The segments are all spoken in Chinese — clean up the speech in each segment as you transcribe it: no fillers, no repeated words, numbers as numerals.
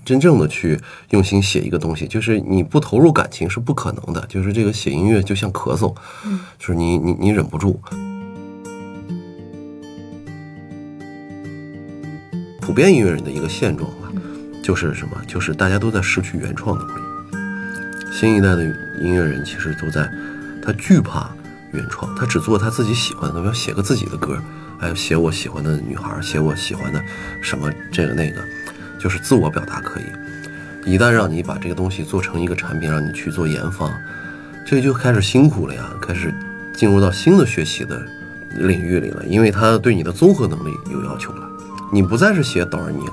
真正的去用心写一个东西，就是你不投入感情是不可能的。就是这个写音乐就像咳嗽，就是你忍不住。普遍音乐人的一个现状吧，就是什么？就是大家都在失去原创能力。新一代的音乐人其实都在，他惧怕原创，他只做他自己喜欢的，要写个自己的歌，写我喜欢的女孩，写我喜欢的什么这个那个，就是自我表达可以。一旦让你把这个东西做成一个产品，让你去做研发，这就开始辛苦了呀，开始进入到新的学习的领域里了，因为他对你的综合能力有要求了，你不再是写哆来咪了，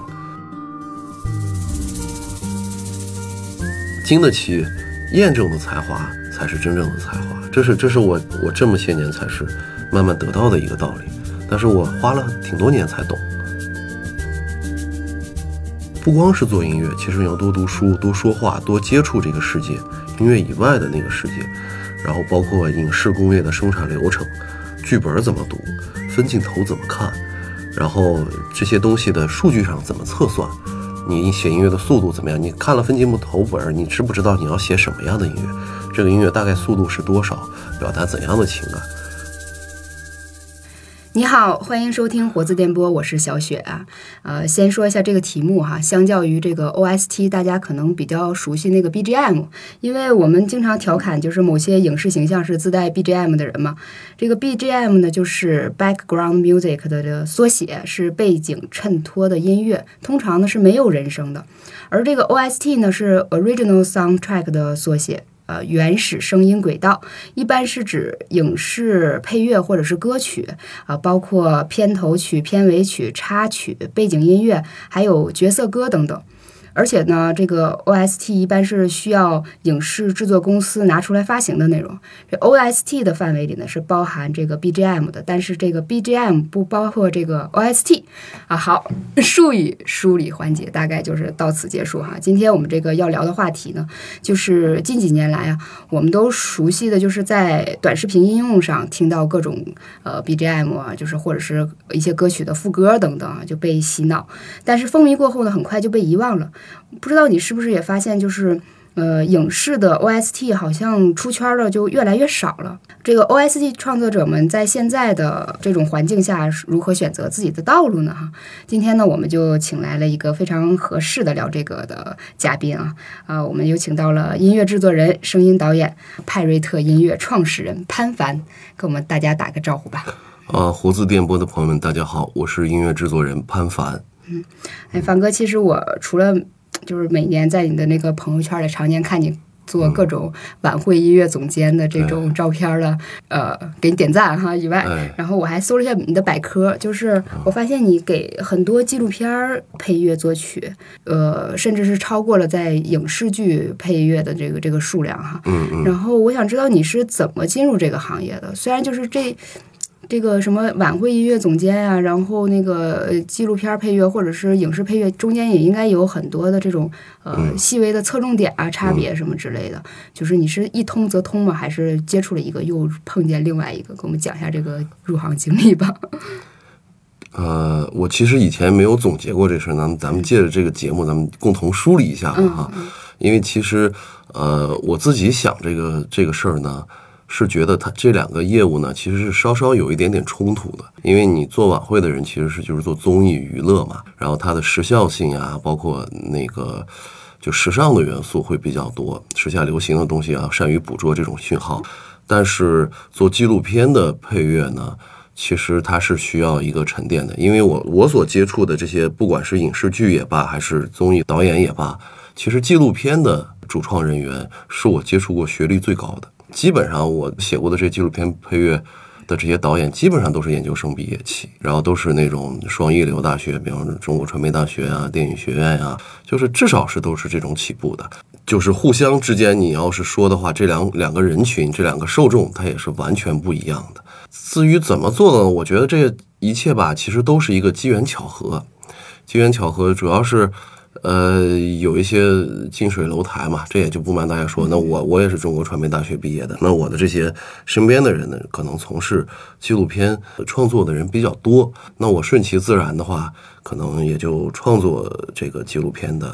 经得起验证的才华才是真正的才华。这是我这么些年才是慢慢得到的一个道理，但是我花了挺多年才懂。不光是做音乐，其实你要多读书，多说话，多接触这个世界，音乐以外的那个世界，然后包括影视工业的生产流程，剧本怎么读，分镜头怎么看，然后这些东西的数据上怎么测算，你写音乐的速度怎么样，你看了分镜头本，你知不知道你要写什么样的音乐，这个音乐大概速度是多少，表达怎样的情感。 你好，欢迎收听活字电波，我是小雪先说一下这个题目哈，相较于这个 OST， 大家可能比较熟悉那个 BGM， 因为我们经常调侃就是某些影视形象是自带 BGM 的人嘛。这个 BGM 呢，就是 Background Music 的这个缩写，是背景衬托的音乐，通常呢是没有人声的。而这个 OST 呢是 Original Soundtrack 的缩写。原始声音轨道一般是指影视配乐或者是歌曲包括片头曲、片尾曲、插曲、背景音乐，还有角色歌等等。而且呢，这个 OST 一般是需要影视制作公司拿出来发行的内容。这 OST 的范围里呢是包含这个 BGM 的，但是这个 BGM 不包括这个 OST 好，术语梳理环节大概就是到此结束哈。今天我们这个要聊的话题呢，就是近几年来我们都熟悉的，就是在短视频应用上听到各种BGM 就是或者是一些歌曲的副歌等等就被洗脑，但是风靡过后呢，很快就被遗忘了。不知道你是不是也发现，就是影视的 OST 好像出圈了就越来越少了。这个 OST 创作者们在现在的这种环境下如何选择自己的道路呢？今天呢，我们就请来了一个非常合适的聊这个的嘉宾我们有请到了音乐制作人、声音导演、派瑞特音乐创始人潘凡，跟我们大家打个招呼吧。 活字电波的朋友们，大家好，我是音乐制作人潘凡。 凡哥，其实我除了就是每年在你的那个朋友圈里常年看你做各种晚会音乐总监的这种照片的给你点赞以外，然后我还搜了一下你的百科，就是我发现你给很多纪录片配乐作曲，甚至是超过了在影视剧配乐的这个数量然后我想知道你是怎么进入这个行业的？虽然就是这个什么晚会音乐总监然后那个纪录片配乐或者是影视配乐中间也应该有很多的这种细微的侧重点差别什么之类的，就是你是一通则通吗？还是接触了一个又碰见另外一个？给我们讲一下这个入行经历吧。 我其实以前没有总结过这事，咱们借着这个节目，咱们共同梳理一下吧因为其实我自己想这个事儿呢。是觉得它这两个业务呢，其实是稍稍有一点点冲突的，因为你做晚会的人其实是就是做综艺娱乐嘛，然后它的时效性包括那个就时尚的元素会比较多，时下流行的东西善于捕捉这种讯号。但是做纪录片的配乐呢，其实它是需要一个沉淀的，因为我所接触的这些，不管是影视剧也罢，还是综艺导演也罢，其实纪录片的主创人员是我接触过学历最高的。基本上我写过的这纪录片配乐的这些导演基本上都是研究生毕业起，然后都是那种双一流大学，比方说中国传媒大学电影学院就是至少都是这种起步的。就是互相之间你要是说的话，这两个人群，这两个受众它也是完全不一样的。至于怎么做呢，我觉得这一切吧其实都是一个机缘巧合。机缘巧合主要是有一些近水楼台嘛，这也就不瞒大家说，那我也是中国传媒大学毕业的，那我的这些身边的人呢，可能从事纪录片创作的人比较多，那我顺其自然的话，可能也就创作这个纪录片的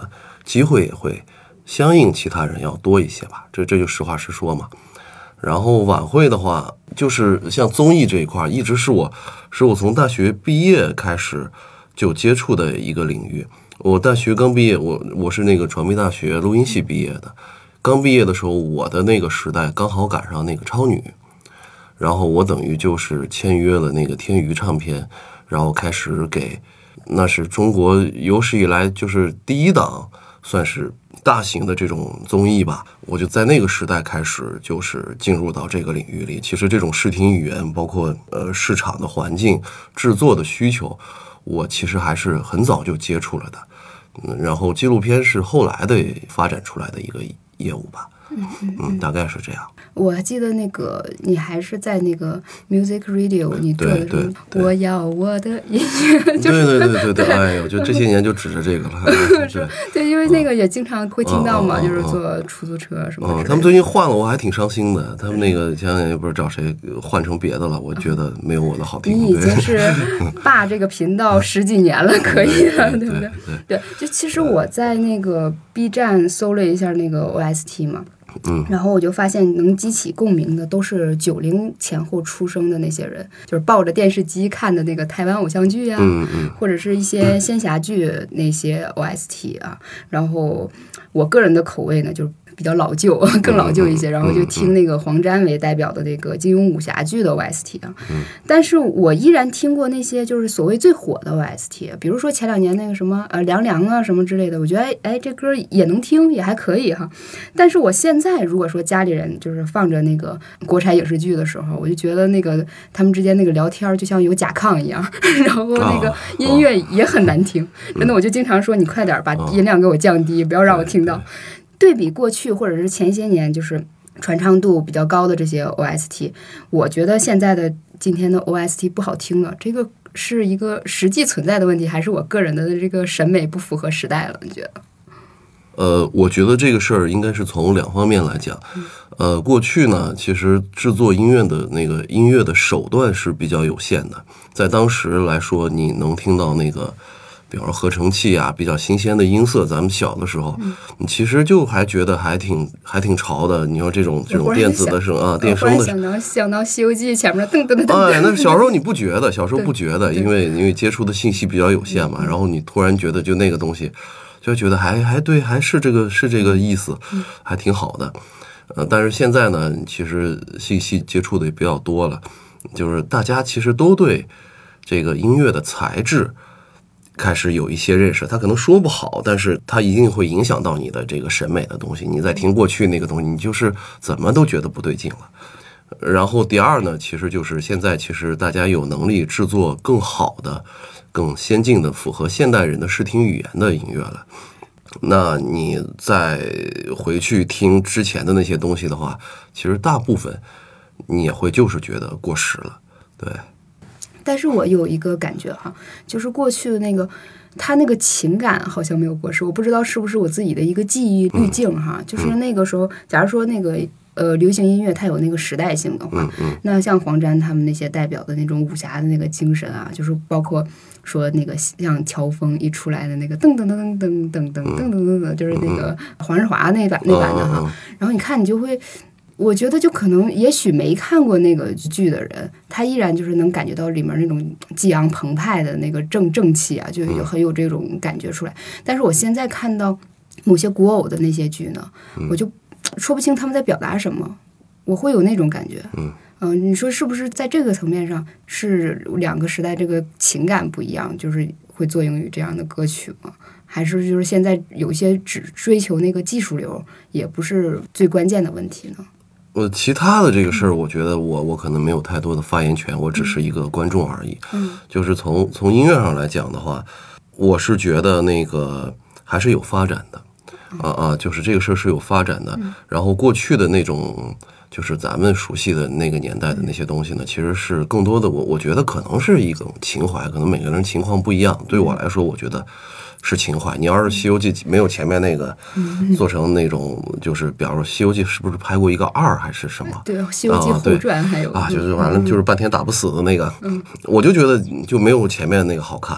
机会也会相应其他人要多一些吧，这就实话实说嘛。然后晚会的话，就是像综艺这一块，一直是我从大学毕业开始就接触的一个领域。我大学刚毕业，我是那个传媒大学录音系毕业的。刚毕业的时候，我的那个时代刚好赶上那个超女，然后我等于就是签约了那个天娱唱片，然后开始给，那是中国有史以来就是第一档算是大型的这种综艺吧。我就在那个时代开始就是进入到这个领域里。其实这种视听语言，包括市场的环境、制作的需求，我其实还是很早就接触了的。然后纪录片是后来的发展出来的一个业务吧。大概是这样。 我还记得那个你还是在那个 Music Radio 你做的对我要我的音乐，就是对，哎呦，就这些年就指着这个了。 对，因为那个也经常会听到嘛，就是坐出租车什么。 他们最近换了，我还挺伤心的。他们那个前两年也不知道找谁换成别的了，我觉得没有我的好听。 你已经是霸这个频道10几年了，可以了，对不对？对，就其实我在那个 B 站搜了一下那个 OST 嘛。然后我就发现能激起共鸣的都是90前后出生的那些人，就是抱着电视机看的那个台湾偶像剧啊，或者是一些仙侠剧那些 OST 啊。然后我个人的口味呢，就是比较老旧，更老旧一些，然后就听那个黄沾为代表的那个金庸武侠剧的 OST 啊。但是我依然听过那些就是所谓最火的 OST， 比如说前2年那个什么凉凉啊什么之类的，我觉得哎这歌也能听，也还可以哈。但是我现在如果说家里人就是放着那个国产影视剧的时候，我就觉得那个他们之间那个聊天就像有甲亢一样，然后那个音乐也很难听，真的，我就经常说你快点把音量给我降低，不要让我听到。对比过去或者是前些年就是传唱度比较高的这些 OST， 我觉得现在的今天的 OST 不好听了，这个是一个实际存在的问题，还是我个人的这个审美不符合时代了？你觉得？ 我觉得这个事儿应该是从2方面来讲。过去呢，其实制作音乐的那个音乐的手段是比较有限的，在当时来说，你能听到那个比方说合成器啊，比较新鲜的音色，咱们小的时候，你其实就还觉得还挺潮的。你说这种电子的声啊，电声的， 想到《西游记》前面噔噔噔噔。 哎，那小时候你不觉得，小时候不觉得，因为接触的信息比较有限嘛，然后你突然觉得就那个东西，就觉得还对，还是这个意思，还挺好的。但是现在呢，其实信息接触的也比较多了，就是大家其实都对这个音乐的材质开始有一些认识，他可能说不好，但是他一定会影响到你的这个审美的东西。你在听过去那个东西，你就是怎么都觉得不对劲了。然后第二呢，其实就是现在其实大家有能力制作更好的、更先进的、符合现代人的视听语言的音乐了。那你再回去听之前的那些东西的话，其实大部分你也会就是觉得过时了，对。 但是我有一个感觉哈，就是过去的那个他那个情感好像没有过时，我不知道是不是我自己的一个记忆滤镜哈。就是那个时候，假如说那个流行音乐它有那个时代性的话，那像黄沾他们那些代表的那种武侠的那个精神啊，就是包括说那个像乔峰一出来的那个噔噔噔噔噔噔噔噔噔噔，就是那个黄日华那版的哈。然后你看你就会。我觉得就可能也许没看过那个剧的人，他依然就是能感觉到里面那种激昂澎湃的那个正气啊，就很有这种感觉出来。但是我现在看到某些古偶的那些剧呢，我就说不清他们在表达什么，我会有那种感觉。你说是不是在这个层面上是2个时代这个情感不一样，就是会作用于这样的歌曲吗？还是就是现在有些只追求那个技术流，也不是最关键的问题呢？ 其他的这个事儿，我觉得我可能没有太多的发言权，我只是一个观众而已。就是从音乐上来讲的话，我是觉得那个还是有发展的，就是这个事儿是有发展的。然后过去的那种，就是咱们熟悉的那个年代的那些东西呢，其实是更多的我觉得可能是一种情怀，可能每个人情况不一样。对我来说，我觉得是情怀。你要是《西游记》没有前面那个做成那种，就是比方说《西游记》是不是拍过一个2还是什么？ 对，《西游记后传》还有就是完了就是半天打不死的那个，我就觉得就没有前面那个好看。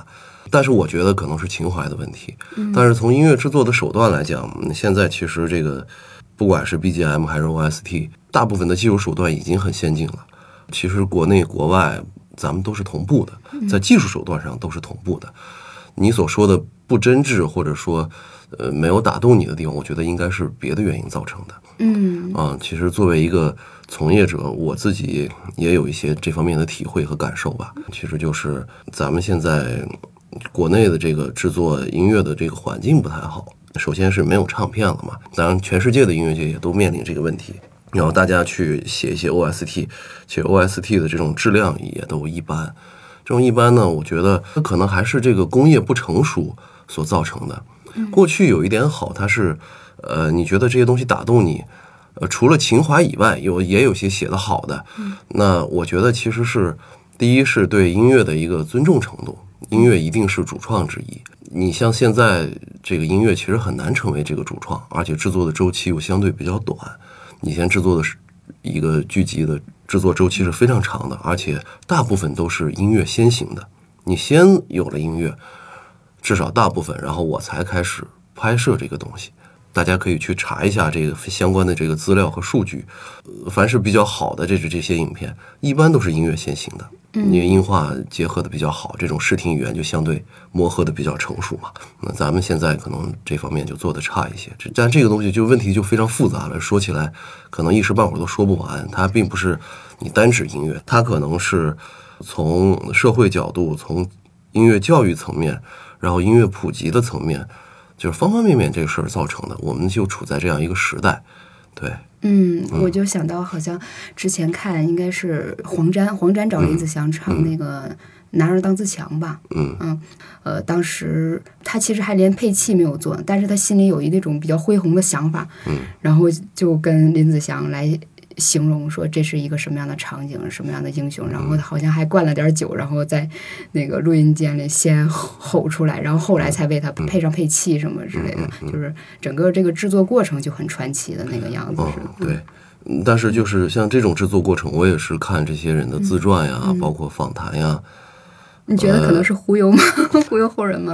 但是我觉得可能是情怀的问题。但是从音乐制作的手段来讲，现在其实这个不管是 BGM 还是 OST， 大部分的技术手段已经很先进了。其实国内国外咱们都是同步的，在技术手段上都是同步的。你所说的不真挚或者说没有打动你的地方，我觉得应该是别的原因造成的。其实作为一个从业者，我自己也有一些这方面的体会和感受吧。其实就是咱们现在国内的这个制作音乐的这个环境不太好，首先是没有唱片了嘛，当然全世界的音乐界也都面临这个问题。然后大家去写一些 OST， 其实 OST 的这种质量也都一般。这种一般呢，我觉得可能还是这个工业不成熟所造成的。过去有一点好，它是你觉得这些东西打动你，除了情怀以外，也有些写得好的。那我觉得其实是第一是对音乐的一个尊重程度，音乐一定是主创之一。你像现在这个音乐其实很难成为这个主创，而且制作的周期又相对比较短。以前制作的一个剧集的制作周期是非常长的，而且大部分都是音乐先行的。你先有了音乐，至少大部分，然后我才开始拍摄这个东西。大家可以去查一下这个相关的这个资料和数据。凡是比较好的这些影片，一般都是音乐先行的，因为音画结合的比较好，这种视听语言就相对磨合的比较成熟嘛。那咱们现在可能这方面就做的差一些，但这个东西就问题就非常复杂了，说起来可能一时半会儿都说不完。它并不是你单指音乐，它可能是从社会角度，从音乐教育层面，然后音乐普及的层面，就是方方面面这个事儿造成的。我们就处在这样一个时代，对。 我就想到好像之前看应该是黄沾找林子祥唱那个男儿当自强吧。当时他其实还连配器没有做，但是他心里有那种比较恢宏的想法。然后就跟林子祥来形容说这是一个什么样的场景，什么样的英雄，然后好像还灌了点酒，然后在那个录音间里先吼出来，然后后来才为他配上配器什么之类的。就是整个这个制作过程就很传奇的那个样子。 对。但是就是像这种制作过程，我也是看这些人的自传呀，包括访谈呀。 你觉得可能是忽悠吗？忽悠后人吗？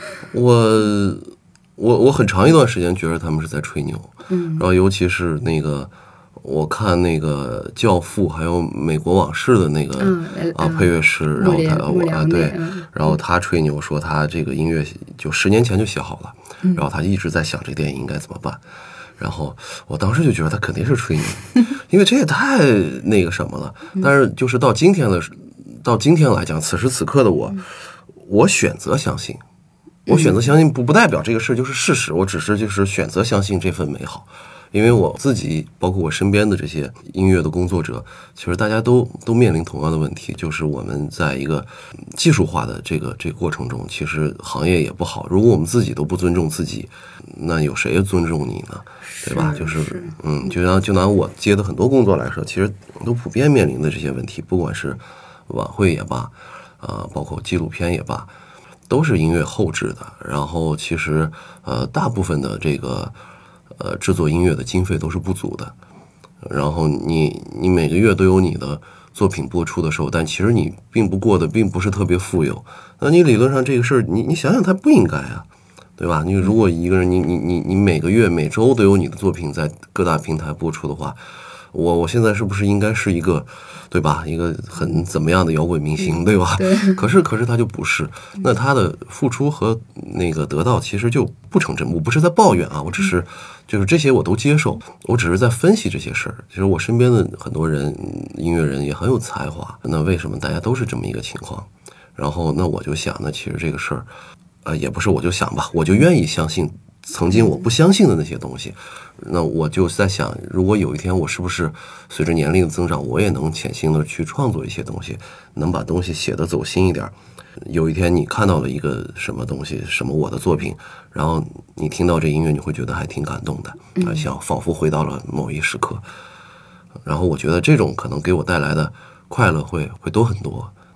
我很长一段时间觉得他们是在吹牛。然后尤其是那个我看那个《教父》还有《美国往事》的那个配乐师，然后然后他吹牛说他这个音乐就10年前就写好了，然后他一直在想这电影应该怎么办。然后我当时就觉得他肯定是吹牛，因为这也太那个什么了。但是就是到今天来讲，此时此刻的我选择相信，不代表这个事就是事实，我只是就是选择相信这份美好。因为我自己包括我身边的这些音乐的工作者，其实大家都面临同样的问题，就是我们在一个技术化的这个过程中，其实行业也不好。如果我们自己都不尊重自己，那有谁尊重你呢？对吧？就拿我接的很多工作来说，其实都普遍面临的这些问题，不管是晚会也罢，包括纪录片也罢，都是音乐后制的。然后其实大部分的这个制作音乐的经费都是不足的，然后你每个月都有你的作品播出的时候，但其实你并不是特别富有。那你理论上这个事儿，你想想它不应该啊，对吧？你如果一个人你每个月每周都有你的作品在各大平台播出的话，我现在是不是应该是一个，对吧？一个很怎么样的摇滚明星，对吧？ 对。 可是他就不是，那他的付出和那个得到其实就不成正比。我不是在抱怨啊，我只是就是这些我都接受，我只是在分析这些事儿。其实我身边的很多人，音乐人也很有才华，那为什么大家都是这么一个情况？然后那我就想，那其实这个事儿，也不是我就想吧，我就愿意相信曾经我不相信的那些东西。那我就在想，如果有一天我是不是随着年龄的增长，我也能潜心的去创作一些东西，能把东西写得走心一点。有一天你看到了一个什么东西，什么我的作品，然后你听到这音乐，你会觉得还挺感动的，像仿佛回到了某一时刻。然后我觉得这种可能给我带来的快乐会多很多。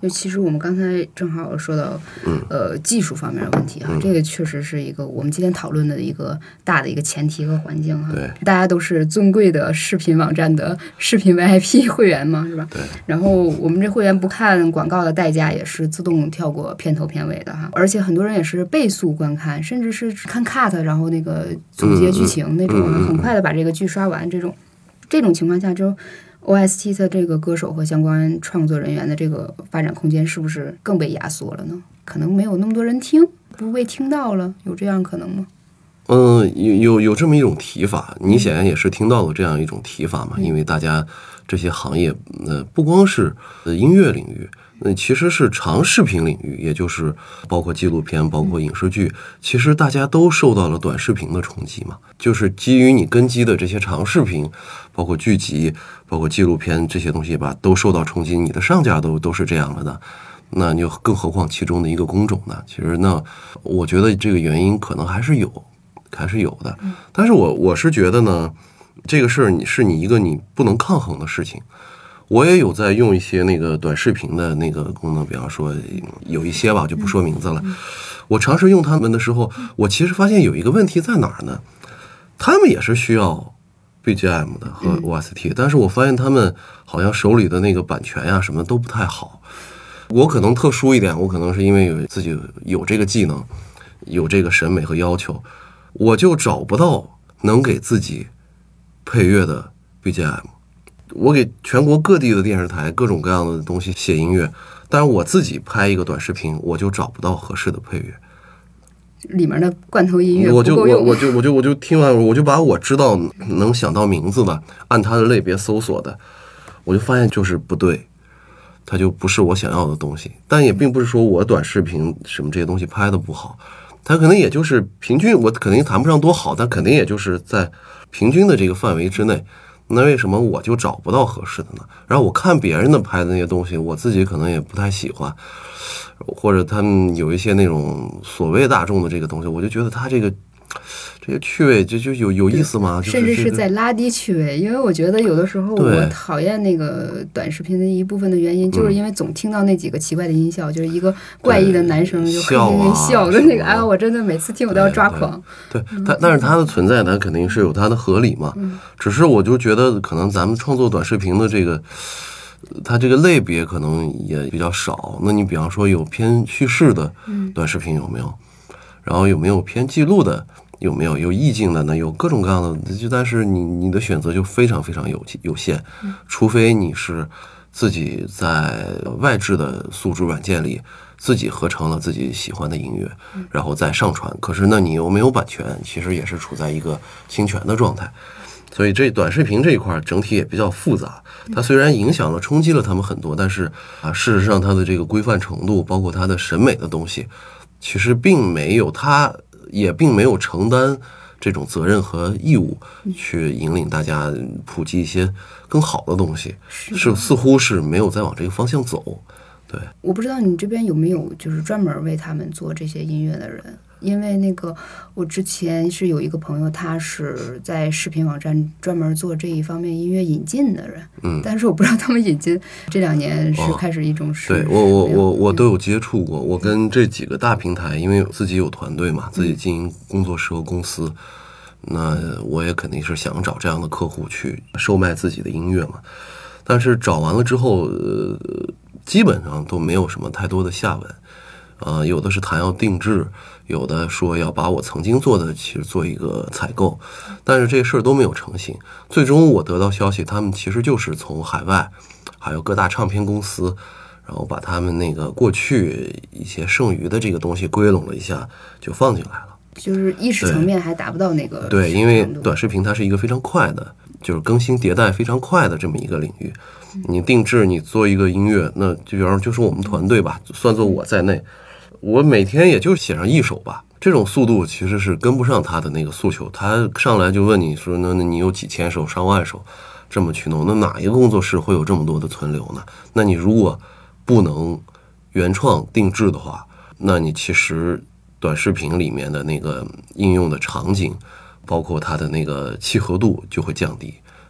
就其实我们刚才正好说到，技术方面的问题哈，这个确实是一个我们今天讨论的一个大的一个前提和环境哈。 对， 大家都是尊贵的视频网站的视频 VIP 会员嘛，是吧？ 对。 然后我们这会员不看广告的代价也是自动跳过片头片尾的哈，而且很多人也是倍速观看，甚至是看 cut， 然后那个总结剧情那种，很快的把这个剧刷完。这种情况下，就 OST 的这个歌手和相关创作人员的这个发展空间是不是更被压缩了呢？可能没有那么多人听，不被听到了，有这样可能吗？ 有这么一种提法，你显然也是听到了这样一种提法嘛，因为大家这些行业，不光是音乐领域，其实是长视频领域，也就是包括纪录片，包括影视剧，其实大家都受到了短视频的冲击嘛，就是基于你根基的这些长视频，包括剧集，包括纪录片这些东西吧，都受到冲击，你的上架都是这样了的。那你更何况其中的一个工种呢？其实呢，我觉得这个原因可能还是有的。但是我是觉得呢，这个事儿是你一个你不能抗衡的事情。我也有在用一些那个短视频的那个功能，比方说有一些吧，就不说名字了。我尝试用他们的时候，我其实发现有一个问题在哪儿呢？他们也是需要 BGM 的和 OST， 但是我发现他们好像手里的那个版权呀什么都不太好。我可能特殊一点，我可能是因为自己有这个技能，有这个审美和要求，我就找不到能给自己配乐的 BGM。我给全国各地的电视台各种各样的东西写音乐，但是我自己拍一个短视频，我就找不到合适的配乐。 里面的罐头音乐不够用， 我就听完，我就把我知道能想到名字的，按它的类别搜索的，我就发现就是不对，它就不是我想要的东西。但也并不是说我短视频什么这些东西拍的不好，它可能也就是平均，我肯定谈不上多好，但肯定也就是在平均的这个范围之内。那为什么我就找不到合适的呢？然后我看别人的拍的那些东西，我自己可能也不太喜欢，或者他们有一些那种所谓大众的这个东西，我就觉得他这个趣味就有意思吗？ 甚至是在拉低趣味。因为我觉得有的时候我讨厌那个短视频的一部分的原因，就是因为总听到那几个奇怪的音效，就是一一个怪异的男生就嘿嘿笑的那个，哎，我真的每次听我都要抓狂。 对，但是它的存在，它肯定是有它的合理嘛。只是我就觉得，可能咱们创作短视频的这个，它这个类别可能也比较少。那你比方说有偏叙事的短视频有没有？然后有没有偏记录的？有没有意境的呢？有各种各样的，但是你的选择就非常非常有限，除非你是自己在外置的素质软件里自己合成了自己喜欢的音乐，然后再上传。可是那你又没有版权，其实也是处在一个侵权的状态。所以这短视频这一块整体也比较复杂，它虽然影响了冲击了他们很多，但是事实上它的这个规范程度，包括它的审美的东西，其实它也并没有承担这种责任和义务去引领大家普及一些更好的东西，似乎是没有再往这个方向走。对， 我不知道你这边有没有就是专门为他们做这些音乐的人，因为那个我之前是有一个朋友，他是在视频网站专门做这一方面音乐引进的人，但是我不知道他们引进这2年是开始一种对，我都有接触过。我跟这几个大平台，因为自己有团队嘛，自己经营工作室和公司，那我也肯定是想找这样的客户去售卖自己的音乐嘛。但是找完了之后，基本上都没有什么太多的下文。有的是谈要定制，有的说要把我曾经做的其实做一个采购，但是这事儿都没有成型。最终我得到消息，他们其实就是从海外还有各大唱片公司，然后把他们那个过去一些剩余的这个东西归拢了一下，就放进来了。 就是意识层面还达不到那个。 对，因为短视频它是一个非常快的，就是更新迭代非常快的这么一个领域。你定制，你做一个音乐，那就比方说就是我们团队吧，算作我在内，我每天也就写上1首吧。这种速度其实是跟不上他的那个诉求，他上来就问你说，那你有几千首、上万首这么去弄，那哪一个工作室会有这么多的存留呢？那你如果不能原创定制的话，那你其实短视频里面的那个应用的场景，包括它的那个契合度就会降低。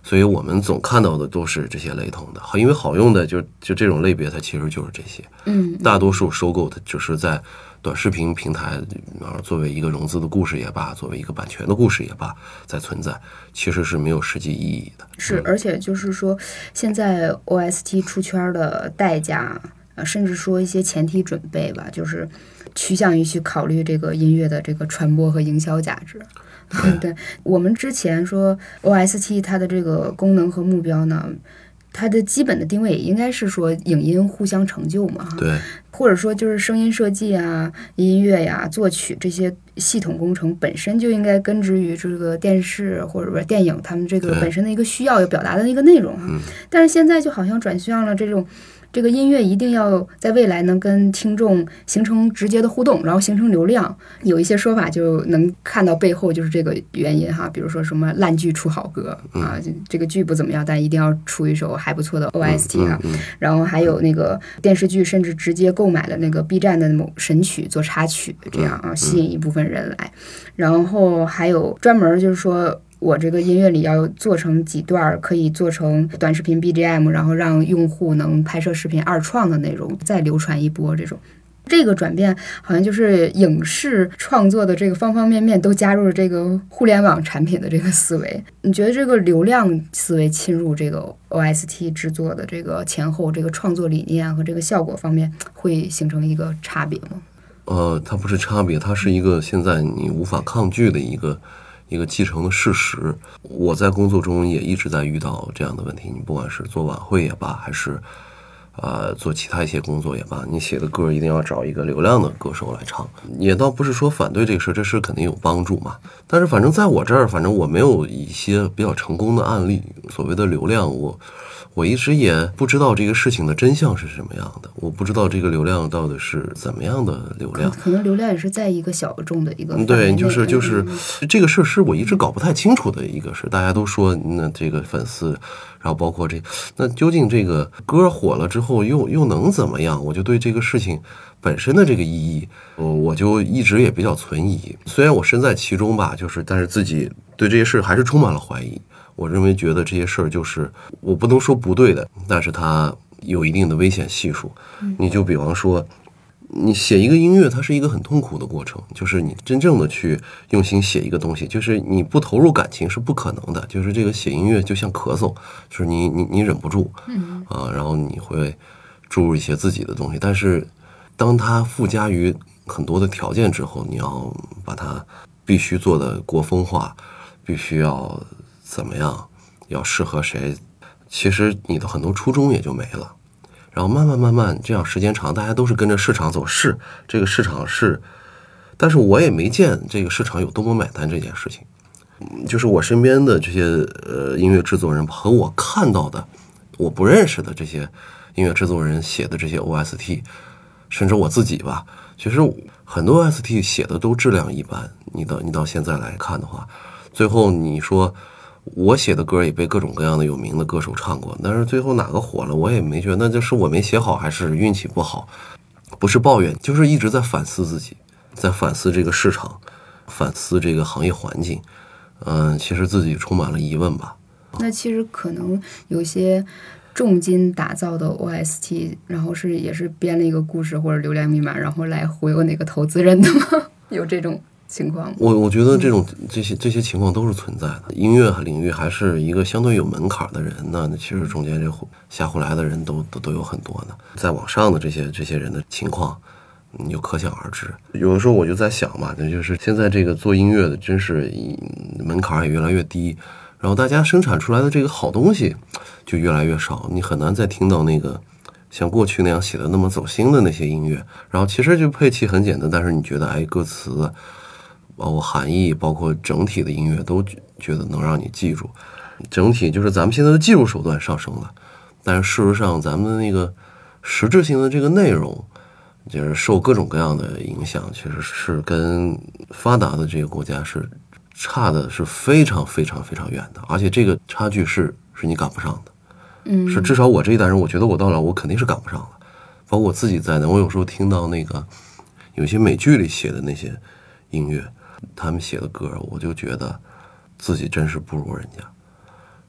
所以我们总看到的都是这些雷同的，因为好用的就这种类别，它其实就是这些。大多数收购的只是在短视频平台，作为一个融资的故事也罢，作为一个版权的故事也罢，在存在，其实是没有实际意义的。 是，而且就是说，现在 OST 出圈的代价，甚至说一些前提准备吧，就是趋向于去考虑这个音乐的这个传播和营销价值。对，我们之前说 OST 它的这个功能和目标呢，它的基本的定位应该是说影音互相成就嘛， 对， 或者说就是声音设计啊、音乐呀、作曲这些系统工程本身就应该根植于这个电视或者说电影他们这个本身的一个需要要表达的一个内容哈。但是现在就好像转向了这个音乐一定要在未来能跟听众形成直接的互动，然后形成流量。有一些说法就能看到背后就是这个原因哈，比如说什么烂剧出好歌啊，这个剧不怎么样，但一定要出一首还不错的 OST 啊。然后还有那个电视剧甚至直接购买了那个 B 站的某神曲做插曲，这样啊吸引一部分人来。然后还有专门就是说，我这个音乐里要做成几段可以做成短视频 BGM， 然后让用户能拍摄视频二创的内容再流传一波，这个转变好像就是影视创作的这个方方面面都加入了这个互联网产品的这个思维。你觉得这个流量思维侵入这个 OST 制作的这个前后这个创作理念和这个效果方面会形成一个差别吗？ 它不是差别，它是一个现在你无法抗拒的一个既成的事实。我在工作中也一直在遇到这样的问题，你不管是做晚会也罢，还是做其他一些工作也罢，你写的歌一定要找一个流量的歌手来唱，也倒不是说反对这个事，这事肯定有帮助嘛。但是反正在我这儿，反正我没有一些比较成功的案例。所谓的流量，我一直也不知道这个事情的真相是什么样的，我不知道这个流量到底是怎么样的流量， 可能流量也是在一个小众的一个对，就是这个事是我一直搞不太清楚的一个事。大家都说那这个粉丝，然后包括那究竟这个歌火了之后又能怎么样？我就对这个事情本身的这个意义，我就一直也比较存疑。虽然我身在其中吧，但是自己对这些事还是充满了怀疑。我认为觉得这些事儿就是我不能说不对的，但是它有一定的危险系数。你就比方说，你写一个音乐，它是一个很痛苦的过程，就是你真正的去用心写一个东西，就是你不投入感情是不可能的。就是这个写音乐就像咳嗽，就是你忍不住然后你会注入一些自己的东西，但是当它附加于很多的条件之后，你要把它必须做的国风化，必须要怎么样，要适合谁，其实你的很多初衷也就没了。然后慢慢这样时间长，大家都是跟着市场走，是这个市场是，但是我也没见这个市场有多么买单这件事情。就是我身边的这些音乐制作人和我看到的我不认识的这些音乐制作人写的这些 OST， 甚至我自己吧，其实很多 OST 写的都质量一般。你到现在来看的话，最后你说我写的歌也被各种各样的有名的歌手唱过，但是最后哪个火了我也没觉得，那就是我没写好还是运气不好，不是抱怨，就是一直在反思自己，在反思这个市场，反思这个行业环境。其实自己充满了疑问吧。 那其实可能有些重金打造的 OST， 然后也是编了一个故事或者流量密码，然后来忽悠那个投资人的吗？有这种情况吗？ 我觉得这些情况都是存在的。音乐领域还是一个相对有门槛的人呢，其实中间这下胡来的人都有很多呢。在网上的这些人的情况，你就可想而知。有的时候我就在想嘛，那就是现在这个做音乐的真是门槛也越来越低，然后大家生产出来的这个好东西就越来越少，你很难再听到那个像过去那样写的那么走心的那些音乐。然后其实就配器很简单，但是你觉得歌词包括含义包括整体的音乐都觉得能让你记住。整体就是咱们现在的技术手段上升了，但是事实上咱们的那个实质性的这个内容就是受各种各样的影响，其实是跟发达的这个国家是差的是非常非常非常远的，而且这个差距是你赶不上的。是至少我这一代人，我觉得我到了我肯定是赶不上了。包括我自己在内，我有时候听到那个有些美剧里写的那些音乐，他们写的歌，我就觉得自己真是不如人家。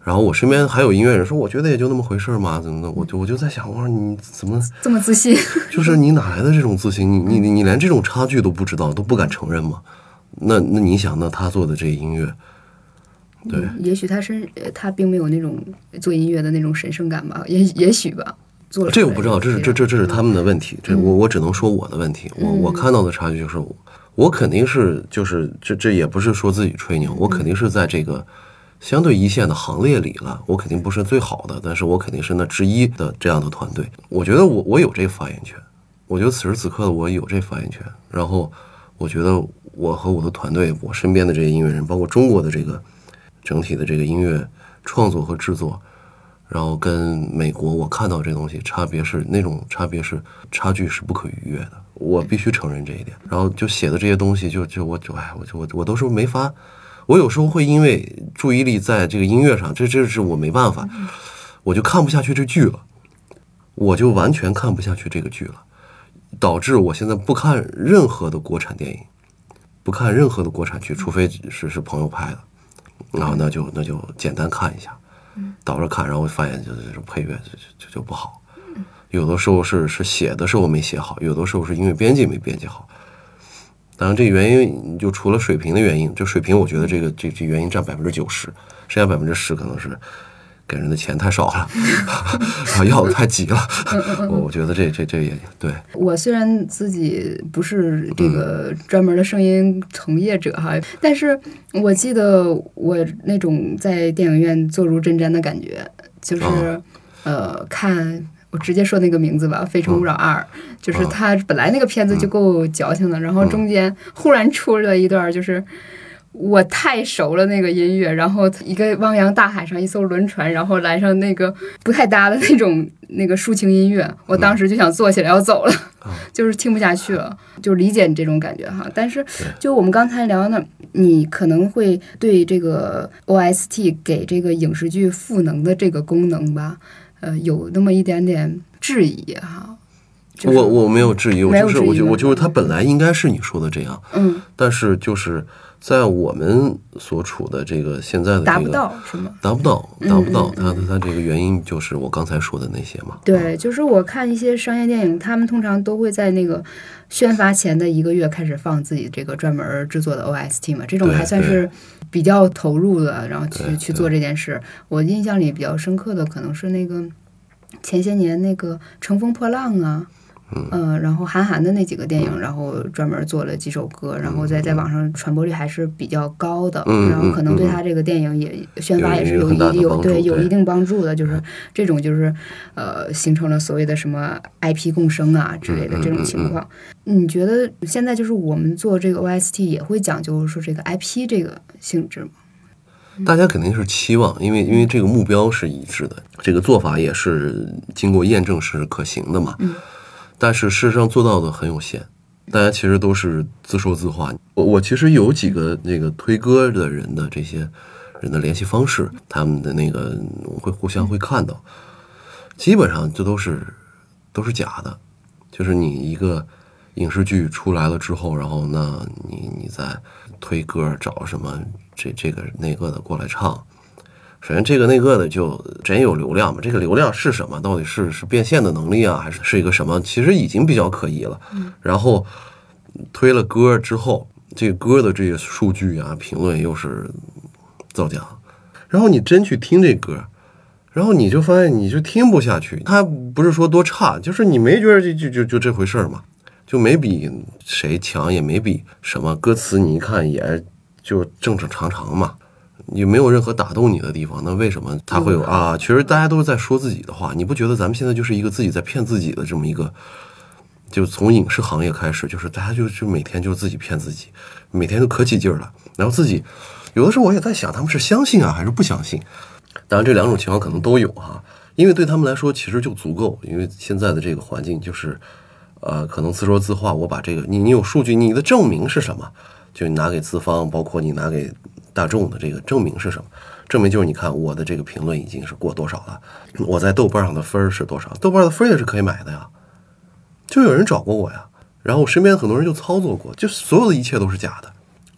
然后我身边还有音乐人说，我觉得也就那么回事嘛，怎么的？我就在想，我说你怎么这么自信？ 就是你哪来的这种自信？你连这种差距都不知道，都不敢承认吗？那你想，那他做的这音乐，对， 也许他并没有那种做音乐的那种神圣感吧，也许吧。做了这我不知道，这是他们的问题，这我只能说我的问题。我看到的差距就是我肯定是就是这也不是说自己吹牛，我肯定是在这个相对一线的行列里了，我肯定不是最好的，但是我肯定是那之一的这样的团队。我觉得我有这发言权，我觉得此时此刻的我有这发言权。然后我觉得我和我的团队，我身边的这些音乐人，包括中国的这个整体的这个音乐创作和制作，然后跟美国我看到这东西差距是不可逾越的，我必须承认这一点。然后就写的这些东西，我都是没法。我有时候会因为注意力在这个音乐上，这是我没办法，我就看不下去这剧了，我就完全看不下去这个剧了，导致我现在不看任何的国产电影，不看任何的国产剧，除非是朋友拍的，然后那就简单看一下，倒着看，然后发现就是配乐就不好，有的时候是写的时候没写好，有的时候是音乐编辑没编辑好。当然，这个原因就除了水平的原因，这水平我觉得这原因占90%，剩下10%可能是给人的钱太少了，要的太急了。我觉得这也对。 我虽然自己不是这个专门的声音从业者哈，但是我记得我那种在电影院坐如针毡的感觉，就是看。我直接说那个名字吧，《非诚勿扰2》，就是他本来那个片子就够矫情的，然后中间忽然出了一段，就是我太熟了那个音乐，然后一个汪洋大海上一艘轮船，然后来上那个不太搭的那个抒情音乐，我当时就想坐起来要走了，就是听不下去了，就理解你这种感觉哈。但是就我们刚才聊呢，你可能会对这个 OST 给这个影视剧赋能的这个功能吧。有那么一点点质疑哈，就是、 我没有质疑，我就是它本来应该是你说的这样，但是就是在我们所处的这个现在的达不到是吗？ 达不到，它这个原因就是我刚才说的那些嘛。 对，就是我看一些商业电影，他们通常都会在那个宣发前的1个月开始放自己这个专门制作的 OST 嘛，这种还算是比较投入的，然后去做这件事。我印象里比较深刻的可能是那个前些年那个《乘风破浪》啊，然后韩寒的那几个电影，然后专门做了几首歌，然后在网上传播率还是比较高的，然后可能对他这个电影也宣发也是有一定帮助的，就是这种就是形成了所谓的什么 IP 共生啊之类的这种情况。你觉得现在就是我们做这个 OST 也会讲究说这个 IP 这个性质吗？ 大家肯定是期望，因为这个目标是一致的，这个做法也是经过验证是可行的嘛。但是事实上做到的很有限，大家其实都是自说自话。我其实有几个那个推歌的人的这些人的联系方式，他们的那个我会互相会看到，基本上这都是假的。就是你一个影视剧出来了之后，然后那你再推歌找什么这个那个的过来唱，首先这个那个的就真有流量嘛？这个流量是什么？到底是变现的能力啊，还是一个什么？其实已经比较可疑了。然后推了歌之后，这个歌的这些数据啊、评论又是造假。然后你真去听这歌，然后你就发现你就听不下去。它不是说多差，就是你没觉得就这回事儿嘛，就没比谁强，也没比什么歌词你一看也就正常嘛。也没有任何打动你的地方，那为什么他会有啊？其实大家都是在说自己的话，你不觉得咱们现在就是一个自己在骗自己的这么一个，就从影视行业开始，就是大家就每天就自己骗自己，每天都可起劲儿了，然后自己有的时候我也在想，他们是相信啊还是不相信？当然这两种情况可能都有哈，因为对他们来说其实就足够，因为现在的这个环境就是可能自说自话，我把这个你有数据，你的证明是什么？就你拿给资方，包括你拿给大众的这个证明是什么？证明就是你看我的这个评论已经是过多少了，我在豆瓣上的分是多少，豆瓣的分也是可以买的呀，就有人找过我呀，然后我身边很多人就操作过，就所有的一切都是假的，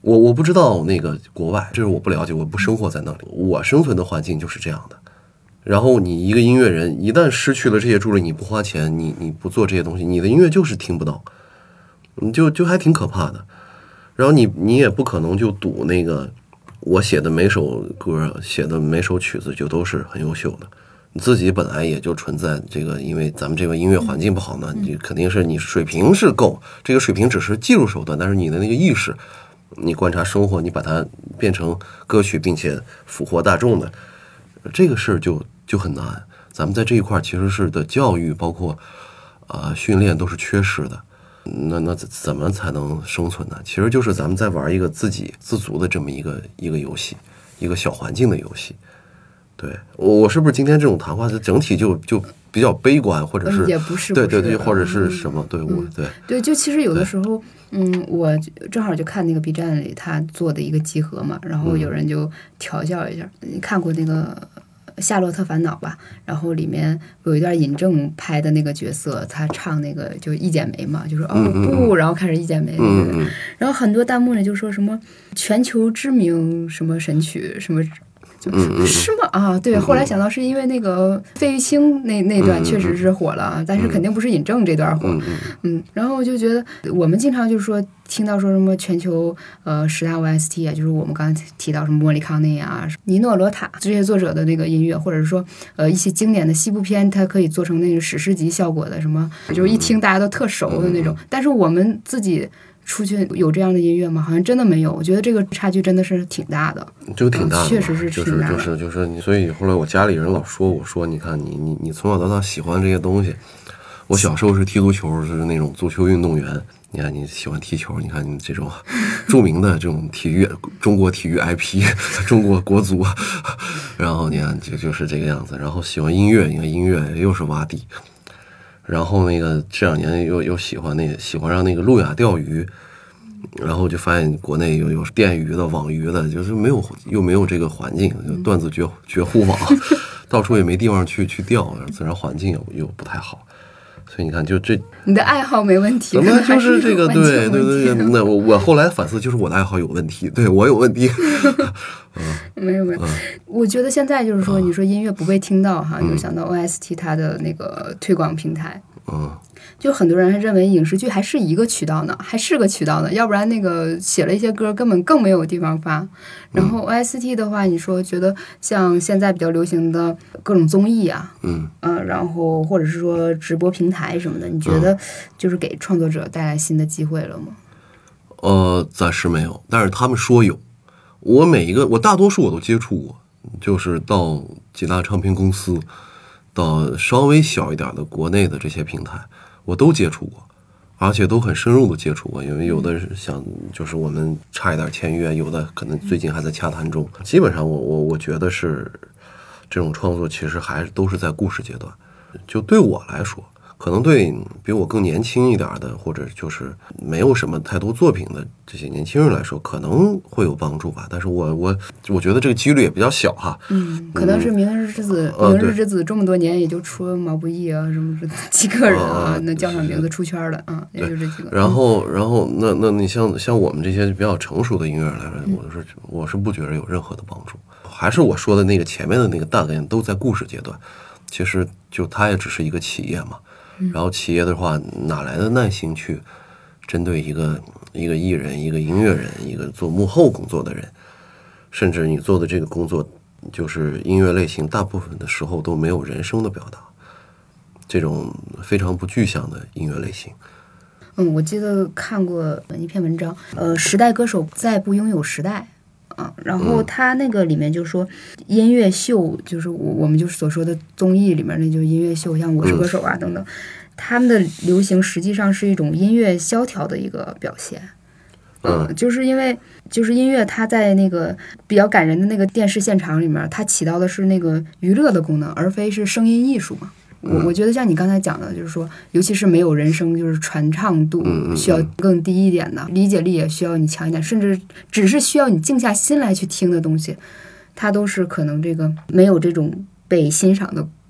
我不知道那个国外，这是我不了解，我不生活在那里，我生存的环境就是这样的。然后你一个音乐人一旦失去了这些助力，你不花钱，你不做这些东西，你的音乐就是听不到，你就还挺可怕的。然后你也不可能就赌那个我写的每首歌写的每首曲子就都是很优秀的，你自己本来也就存在这个，因为咱们这个音乐环境不好呢，你肯定是你水平是够，这个水平只是技术手段，但是你的那个意识，你观察生活，你把它变成歌曲并且俘获大众的这个事儿就很难。咱们在这一块其实是的教育包括训练都是缺失的。那怎么才能生存呢？其实就是咱们在玩一个自给自足的这么一个游戏，一个小环境的游戏。对，我是不是今天这种谈话的整体就比较悲观，或者是也不是对，或者是什么？对， 对，就其实有的时候，我正好就看那个 B 站里他做的一个集合嘛，然后有人就调教一下，你看过那个夏洛特烦恼吧，然后里面有一段尹正拍的那个角色，他唱那个就一剪梅嘛，就说不，然后开始一剪梅，然后很多弹幕里就说什么全球知名什么神曲什么。是吗？啊，对，后来想到是因为那个费玉清那段确实是火了，但是肯定不是尹正这段火。然后我就觉得我们经常就是说听到说什么全球10大 OST 啊，就是我们刚才提到什么莫里康内啊、尼诺罗塔这些作者的那个音乐，或者是说一些经典的西部片，它可以做成那个史诗级效果的，什么就是一听大家都特熟的那种。但是我们自己出去有这样的音乐吗？好像真的没有。我觉得这个差距真的是挺大的， 这个挺大的， 确实是挺大的。 就是你，所以后来我家里人老说我说，你看你从小到大喜欢这些东西。我小时候是踢足球，是那种足球运动员。你看你喜欢踢球，你看你这种著名的这种体育，中国体育 IP， 中国国足。然后你看就是这个样子。然后喜欢音乐，你看音乐又是洼地。然后那个这2年又喜欢上那个路亚钓鱼，然后就发现国内有电鱼的、网鱼的，就是又没有这个环境，就断子绝户网，到处也没地方去钓，自然环境又不太好。所以你看，就这你的爱好没问题， 怎么就是这个对，那我后来反思，就是我的爱好有问题，对我有问题。 没有，我觉得现在就是说，你说音乐不被听到哈，就想到 OST 它的那个推广平台，就很多人还认为影视剧还是一个渠道呢，还是个渠道呢，要不然那个写了一些歌根本更没有地方发。然后 OST 的话，你说觉得像现在比较流行的各种综艺啊，然后或者是说直播平台什么的，你觉得就是给创作者带来新的机会了吗？ 暂时没有，但是他们说有。我大多数我都接触过，就是到几大唱片公司，到稍微小一点的国内的这些平台，我都接触过，而且都很深入的接触过。因为有的想就是我们差一点签约，有的可能最近还在洽谈中。基本上我觉得是这种创作其实还都是在故事阶段。就对我来说，可能对比我更年轻一点的，或者就是没有什么太多作品的这些年轻人来说，可能会有帮助吧。但是我觉得这个几率也比较小哈。 可能是明日之子，这么多年也就出了毛不易啊，什么几个人啊，那叫上名字出圈了啊，也就这几个。 然后那你像我们这些比较成熟的音乐人来说，我是不觉得有任何的帮助。还是我说的那个前面的那个大概念都在故事阶段，其实就它也只是一个企业嘛。然后企业的话，哪来的耐心去针对一个艺人、一个音乐人、一个做幕后工作的人，甚至你做的这个工作就是音乐类型，大部分的时候都没有人声的表达，这种非常不具象的音乐类型。 我记得看过一篇文章，时代歌手再不拥有时代。然后他那个里面就说音乐秀，就是我们就是所说的综艺里面那就是音乐秀，像我是歌手啊等等，他们的流行实际上是一种音乐萧条的一个表现。就是因为就是音乐它在那个比较感人的那个电视现场里面，它起到的是那个娱乐的功能，而非是声音艺术嘛。我觉得像你刚才讲的，就是说，尤其是没有人声，就是传唱度需要更低一点的，理解力也需要你强一点，甚至只是需要你静下心来去听的东西，它都是可能这个没有这种被欣赏的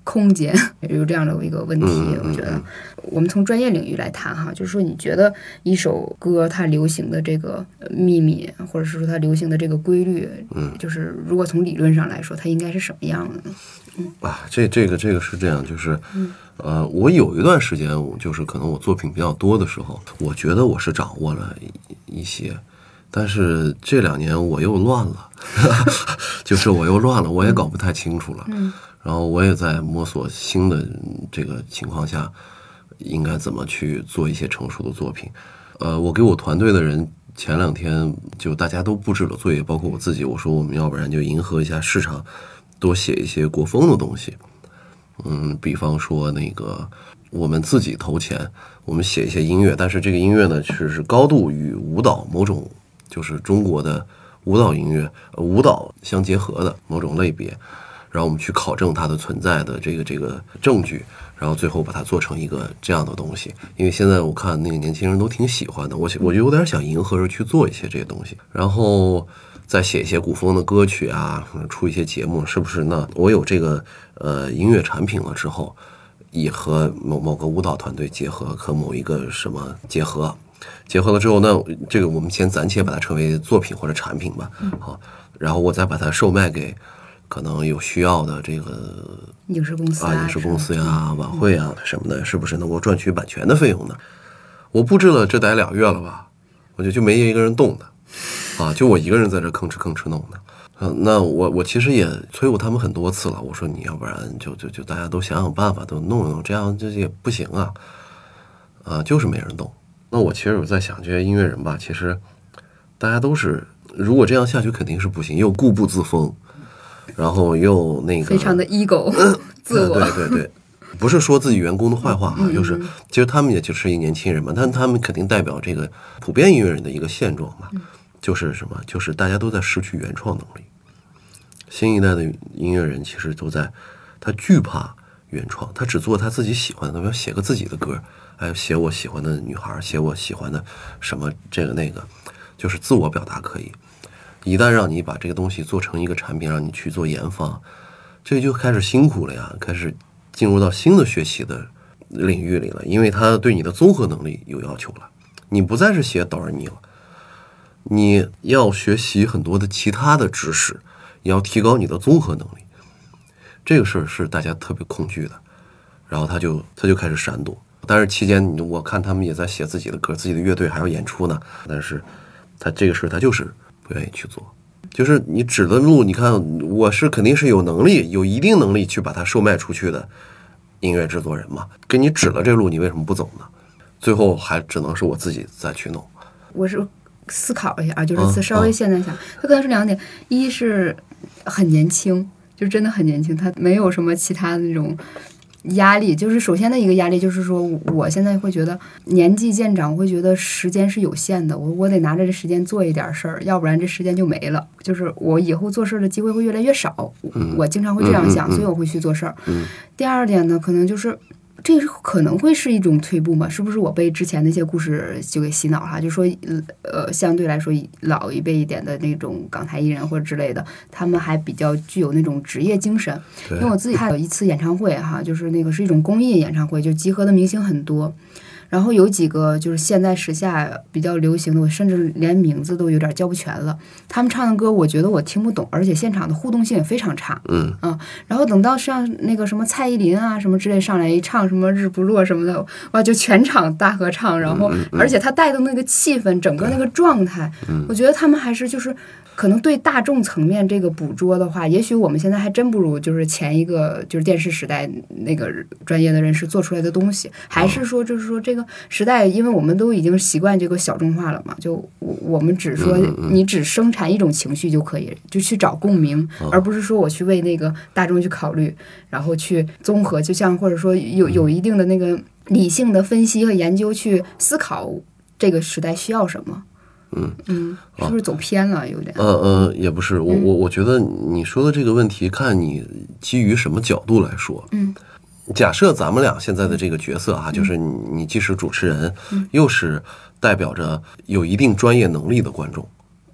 空间，有这样的一个问题。我觉得我们从专业领域来谈哈，就是说你觉得一首歌它流行的这个秘密，或者是说它流行的这个规律，就是如果从理论上来说，它应该是什么样的呢？ 这个是这样，就是我有一段时间，就是可能我作品比较多的时候，我觉得我是掌握了一些。但是这2年我又乱了，就是我又乱了，我也搞不太清楚了。然后我也在摸索新的这个情况下，应该怎么去做一些成熟的作品。我给我团队的人前2天就大家都布置了作业，包括我自己，我说我们要不然就迎合一下市场，多写一些国风的东西。比方说那个我们自己投钱，我们写一些音乐，但是这个音乐呢是高度与舞蹈某种就是中国的舞蹈音乐舞蹈相结合的某种类别，然后我们去考证它的存在的这个证据，然后最后把它做成一个这样的东西。因为现在我看那个年轻人都挺喜欢的，我就有点想迎合着去做一些这些东西，然后再写一些古风的歌曲啊，出一些节目，是不是呢？我有这个音乐产品了之后，以和某个舞蹈团队结合，和某一个什么结合了之后，那这个我们先暂且把它称为作品或者产品吧。好，然后我再把它售卖给可能有需要的这个影视公司影视公司呀、晚会啊什么的，是不是能够赚取版权的费用呢？我布置了这得2月了吧，我就没一个人动的，就我一个人在这吭哧弄的。那我其实也催过他们很多次了，我说你要不然就大家都想想办法，都弄一弄，这样这也不行啊，就是没人动。那我其实我在想，这些音乐人吧，其实大家都是，如果这样下去肯定是不行，又固步自封，然后又那个非常的 ego 自我。 对，不是说自己员工的坏话啊，就是其实他们也就是一年轻人嘛，但他们肯定代表这个普遍音乐人的一个现状嘛，就是什么，就是大家都在失去原创能力。新一代的音乐人其实都在，他惧怕原创，他只做他自己喜欢的，要写个自己的歌，写我喜欢的女孩，写我喜欢的什么这个那个，就是自我表达可以。一旦让你把这个东西做成一个产品，让你去做研发，这就开始辛苦了呀，开始进入到新的学习的领域里了，因为它对你的综合能力有要求了，你不再是写哆来咪了，你要学习很多的其他的知识，也要提高你的综合能力。这个事儿是大家特别恐惧的，然后他就开始闪躲。但是期间我看他们也在写自己的歌，自己的乐队还要演出呢，但是他这个事他就是不愿意去做。就是你指的路，你看我是肯定是有能力，有一定能力去把它售卖出去的音乐制作人嘛，给你指了这路，你为什么不走呢？最后还只能是我自己再去弄。 我是思考一下就是稍微现在想，他可能是2点，一是很年轻，就真的很年轻，他没有什么其他的那种压力。就是首先的一个压力就是说，我现在会觉得年纪渐长，我会觉得时间是有限的，我得拿着这时间做一点事儿，要不然这时间就没了。就是我以后做事的机会会越来越少，我经常会这样想，所以我会去做事儿。第2点呢，可能就是这可能会是一种退步嘛？是不是我被之前那些故事就给洗脑了？就说相对来说老一辈一点的那种港台艺人或者之类的，他们还比较具有那种职业精神。因为我自己看有一次演唱会哈，就是那个是一种公益演唱会，就集合的明星很多。然后有几个就是现在时下比较流行的，我甚至连名字都有点叫不全了。他们唱的歌，我觉得我听不懂，而且现场的互动性也非常差。然后等到像那个什么蔡依林啊什么之类上来一唱什么日不落什么的，哇，就全场大合唱，然后而且他带动那个气氛，整个那个状态，我觉得他们还是就是可能对大众层面这个捕捉的话，也许我们现在还真不如就是前一个就是电视时代那个专业的人士做出来的东西，还是说就是说这个时代，因为我们都已经习惯这个小众化了嘛，就我们只说你只生产一种情绪就可以，就去找共鸣，而不是说我去为那个大众去考虑，然后去综合，就像或者说有一定的那个理性的分析和研究去思考这个时代需要什么。是不是走偏了有点？ 也不是，我觉得你说的这个问题，看你基于什么角度来说。假设咱们俩现在的这个角色就是你既是主持人，又是代表着有一定专业能力的观众，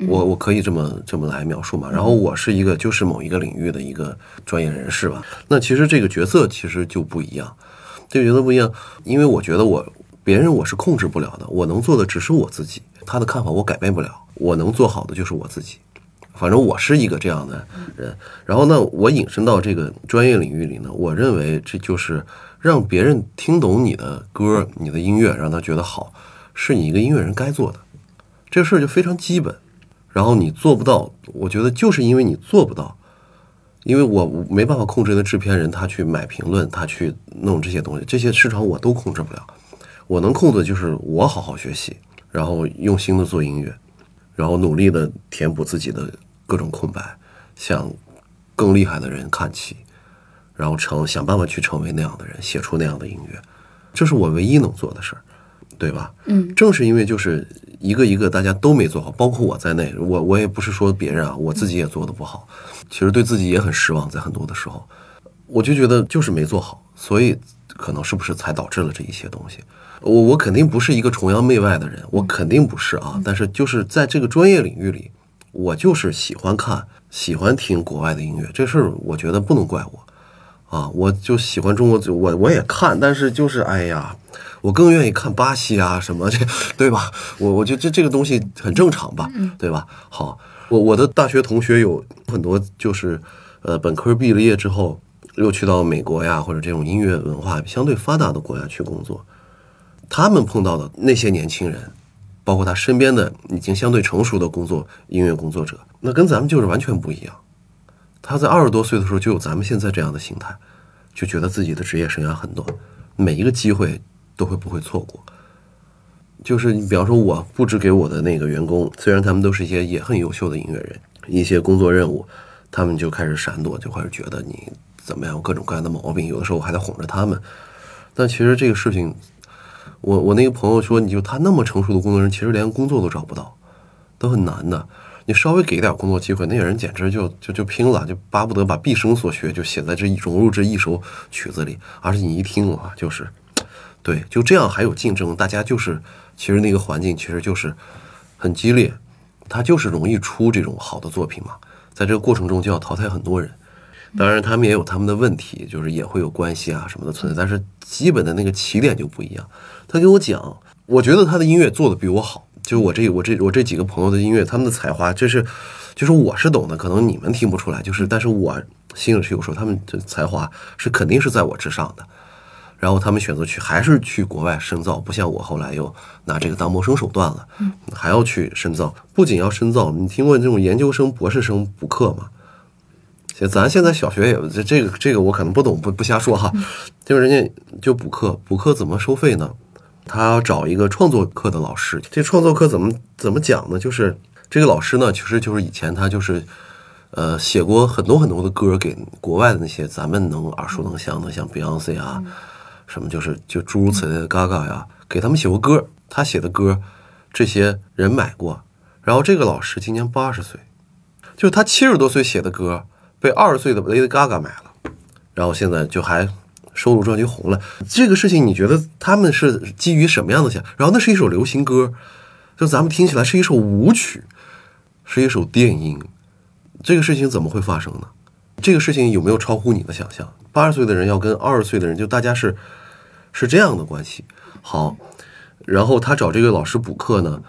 我可以这么来描述嘛。然后我是一个就是某一个领域的一个专业人士吧。那其实这个角色其实就不一样，这个角色不一样，因为我觉得别人我是控制不了的，我能做的只是我自己，他的看法我改变不了，我能做好的就是我自己。反正我是一个这样的人。然后呢，我引申到这个专业领域里呢，我认为这就是让别人听懂你的歌、你的音乐，让他觉得好，是你一个音乐人该做的。这事儿就非常基本。然后你做不到，我觉得就是因为你做不到，因为我没办法控制那制片人他去买评论，他去弄这些东西，这些市场我都控制不了。我能控制的就是我好好学习，然后用心的做音乐，然后努力的填补自己的各种空白，向更厉害的人看齐，然后想办法去成为那样的人，写出那样的音乐，这是我唯一能做的事儿，对吧？正是因为就是一个一个大家都没做好，包括我在内，我也不是说别人啊，我自己也做得不好，其实对自己也很失望，在很多的时候，我就觉得就是没做好，所以可能是不是才导致了这一些东西。我肯定不是一个崇洋媚外的人，我肯定不是啊，但是就是在这个专业领域里，我就是喜欢看、喜欢听国外的音乐，这事儿我觉得不能怪我啊，我就喜欢中国，我也看，但是就是哎呀，我更愿意看巴西啊什么这，对吧？我觉得这个东西很正常吧，对吧？好，我的大学同学有很多就是本科毕了业之后又去到美国呀或者这种音乐文化相对发达的国家去工作。他们碰到的那些年轻人，包括他身边的已经相对成熟的音乐工作者，那跟咱们就是完全不一样。他在20多岁的时候就有咱们现在这样的心态，就觉得自己的职业生涯很短，每一个机会都不会错过。就是你比方说我布置给我的那个员工，虽然他们都是一些也很优秀的音乐人，一些工作任务他们就开始闪躲，就开始觉得你怎么样，有各种各样的毛病，有的时候我还得哄着他们。但其实这个事情，我那个朋友说，他那么成熟的工作人，其实连工作都找不到，都很难的。你稍微给点工作机会，那些人简直就拼了，就巴不得把毕生所学就写在融入这一首曲子里。而且你一听啊，就是对，就这样还有竞争，大家就是其实那个环境其实就是很激烈，它就是容易出这种好的作品嘛。在这个过程中就要淘汰很多人。当然他们也有他们的问题，就是也会有关系啊什么的存在，但是基本的那个起点就不一样。他给我讲，我觉得他的音乐做的比我好，就是我这几个朋友的音乐，他们的才华，就是我是懂的，可能你们听不出来，但是我心里是有数，他们的才华是肯定是在我之上的。然后他们选择还是去国外深造，不像我后来又拿这个当谋生手段了，还要去深造。不仅要深造，你听过这种研究生、博士生补课吗？咱现在小学也这个我可能不懂，不瞎说哈。就是人家就补课怎么收费呢？他要找一个创作课的老师。这创作课怎么讲呢？就是这个老师呢，其实就是以前他就是写过很多很多的歌给国外的那些咱们能耳熟能详的，像 Beyonce 啊，什么就诸如此类的 Gaga 呀，给他们写过歌。他写的歌，这些人买过。然后这个老师今年80岁，就是他70多岁写的歌。被20岁的 Lady Gaga 买了，然后现在就还收录专辑红了。这个事情你觉得他们是基于什么样的想？然后那是一首流行歌，就咱们听起来是一首舞曲，是一首电音。这个事情怎么会发生呢？这个事情有没有超乎你的想象？80岁的人要跟20岁的人，就大家是这样的关系。好，然后他找这个老师补课呢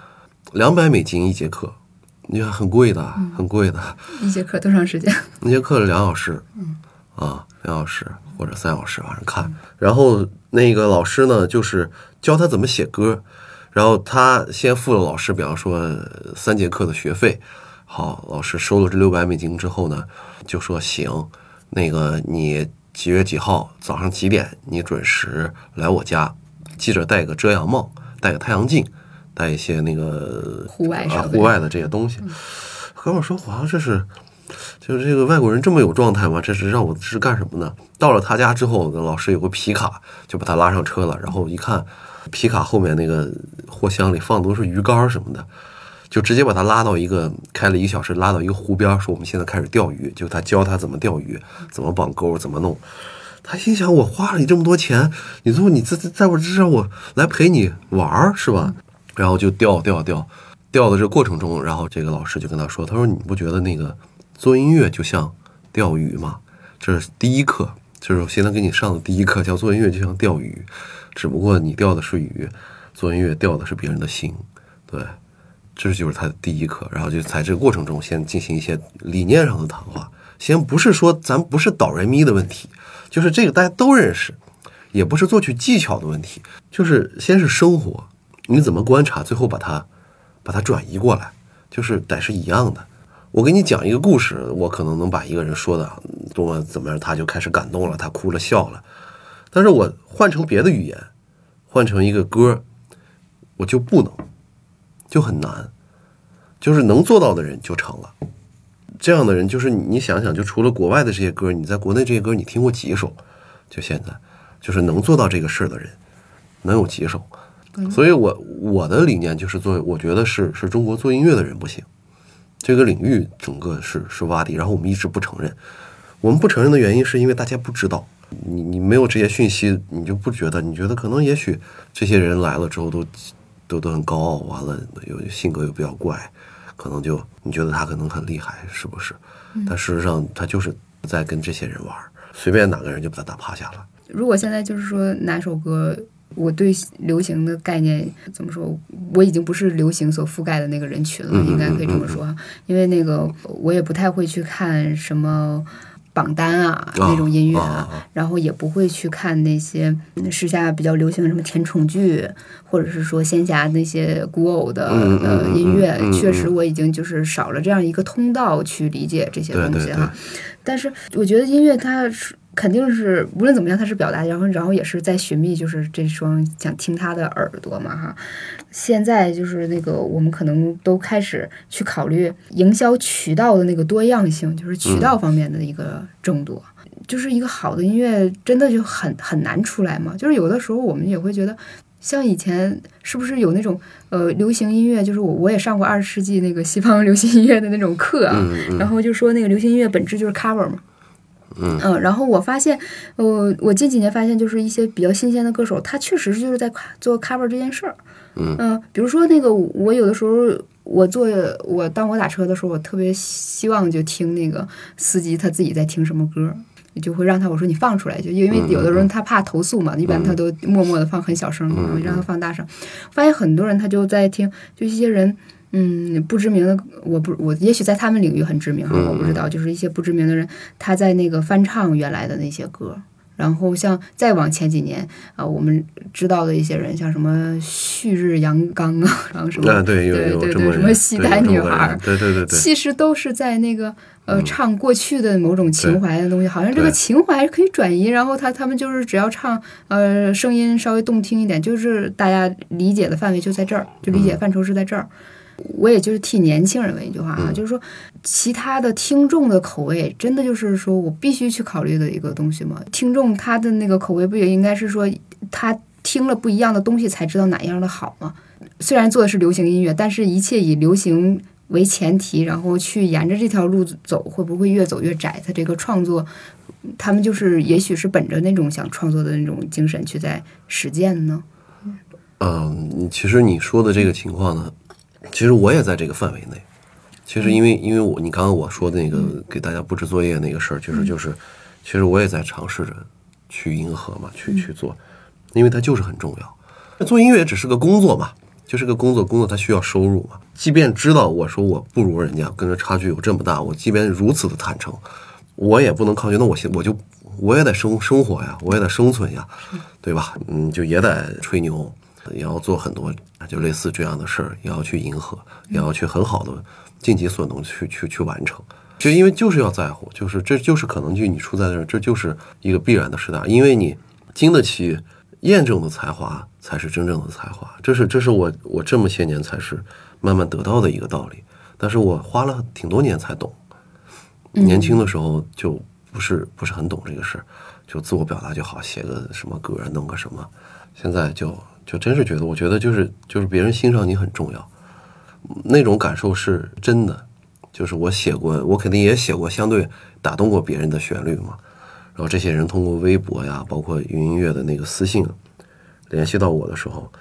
，$200一节课。你看很贵的，很贵的。 一节课多长时间？ 一节课2小时，2小时或者3小时，反正看。然后那个老师呢，就是教他怎么写歌，然后他先付了老师，比方说3节课的学费。好，老师收了这$600之后呢，就说行，那个你几月几号早上几点，你准时来我家，记着戴个遮阳帽，戴个太阳镜。带一些那个户外的这些东西。哥们说好像就是这个外国人这么有状态吗？这是让我是干什么呢？到了他家之后，老师有个皮卡，就把他拉上车了。然后一看皮卡后面那个货箱里放的都是鱼竿什么的，就直接把他拉到开了1小时，拉到一个湖边，说我们现在开始钓鱼。就他教他怎么钓鱼，怎么绑钩，怎么弄。他心想，我花了你这么多钱，你在我这让我来陪你玩是吧？然后就钓， 调的这个过程中，然后这个老师就跟他说，他说你不觉得那个做音乐就像钓鱼吗？这是第一课，就是我现在给你上的第一课，叫做音乐就像钓鱼，只不过你钓的是鱼，做音乐钓的是别人的心。对，这就是他的第一课。然后就在这个过程中先进行一些理念上的谈话，先不是说咱不是导人咪的问题，就是这个大家都认识，也不是作曲技巧的问题，就是先是生活，你怎么观察，最后把它转移过来，就是得是一样的。我给你讲一个故事，我可能能把一个人说的多么怎么样，他就开始感动了，他哭了笑了。但是我换成别的语言，换成一个歌，我就不能，就很难。就是能做到的人就成了。这样的人就是你想想，就除了国外的这些歌，你在国内这些歌你听过几首？就现在，就是能做到这个事的人，能有几首？所以我的理念就是我觉得是中国做音乐的人不行。这个领域整个是洼地，然后我们一直不承认。我们不承认的原因是因为大家不知道，你没有这些讯息，你就不觉得，你觉得可能也许这些人来了之后都很高傲，完了有性格又比较怪，可能就你觉得他可能很厉害，是不是？但事实上他就是在跟这些人玩，随便哪个人就把他打趴下了。 如果现在就是说哪首歌，我对流行的概念怎么说？我已经不是流行所覆盖的那个人群了，应该可以这么说。因为那个我也不太会去看什么榜单那种音乐然后也不会去看那些时下比较流行的什么甜宠剧，或者是说仙侠那些古偶的音乐。确实我已经就是少了这样一个通道去理解这些东西但是我觉得音乐它是肯定是无论怎么样它是表达，然后也是在寻觅就是这双想听它的耳朵嘛现在就是那个我们可能都开始去考虑营销渠道的那个多样性，就是渠道方面的一个争夺。就是一个好的音乐真的就很难出来嘛。就是有的时候我们也会觉得，像以前是不是有那种流行音乐，就是我也上过20世纪那个西方流行音乐的那种课然后就说那个流行音乐本质就是 cover 嘛。然后我发现，我近几年发现，就是一些比较新鲜的歌手，他确实就是在做 cover 这件事儿。比如说那个，我有的时候当我打车的时候，我特别希望就听那个司机他自己在听什么歌，就会让我说你放出来，就因为有的人他怕投诉嘛，一般他都默默的放很小声，然后让他放大声。发现很多人他就在听，就一些人。不知名的，我也许在他们领域很知名我不知道，就是一些不知名的人，他在那个翻唱原来的那些歌。然后像再往前几年我们知道的一些人，像什么旭日阳刚然后什么对什么西单女孩， 对， 其实都是在那个唱过去的某种情怀的东西，好像这个情怀可以转移，然后他们就是只要唱声音稍微动听一点，就是大家理解的范围就在这儿，就理解范畴是在这儿。我也就是替年轻人问一句话就是说其他的听众的口味真的就是说我必须去考虑的一个东西吗？听众他的那个口味不也应该是说他听了不一样的东西才知道哪样的好吗？虽然做的是流行音乐，但是一切以流行为前提，然后去沿着这条路走，会不会越走越窄？他这个创作他们就是也许是本着那种想创作的那种精神去在实践呢。 其实你说的这个情况呢，其实我也在这个范围内。其实因为你刚刚我说的那个给大家布置作业那个事儿，就是其实我也在尝试着去迎合嘛，去做，因为它就是很重要。做音乐只是个工作嘛，就是个工作它需要收入嘛。即便知道我说我不如人家，跟着差距有这么大，我即便如此的坦诚，我也不能抗拒。那我也得生活呀，我也得生存呀，对吧？就也得吹牛。也要做很多就类似这样的事儿，也要去迎合，也要去很好的尽己所能去完成。就因为就是要在乎，这就是可能就你处在这儿，这就是一个必然的时代。因为你经得起验证的才华才是真正的才华，这是我这么些年才是慢慢得到的一个道理。但是我花了挺多年才懂，年轻的时候就不是很懂这个事儿，就自我表达就好，写个什么歌，弄个什么。现在就真是我觉得就是别人欣赏你很重要，那种感受是真的。就是我肯定也写过相对打动过别人的旋律嘛，然后这些人通过微博呀，包括云音乐的那个私信联系到我的时候，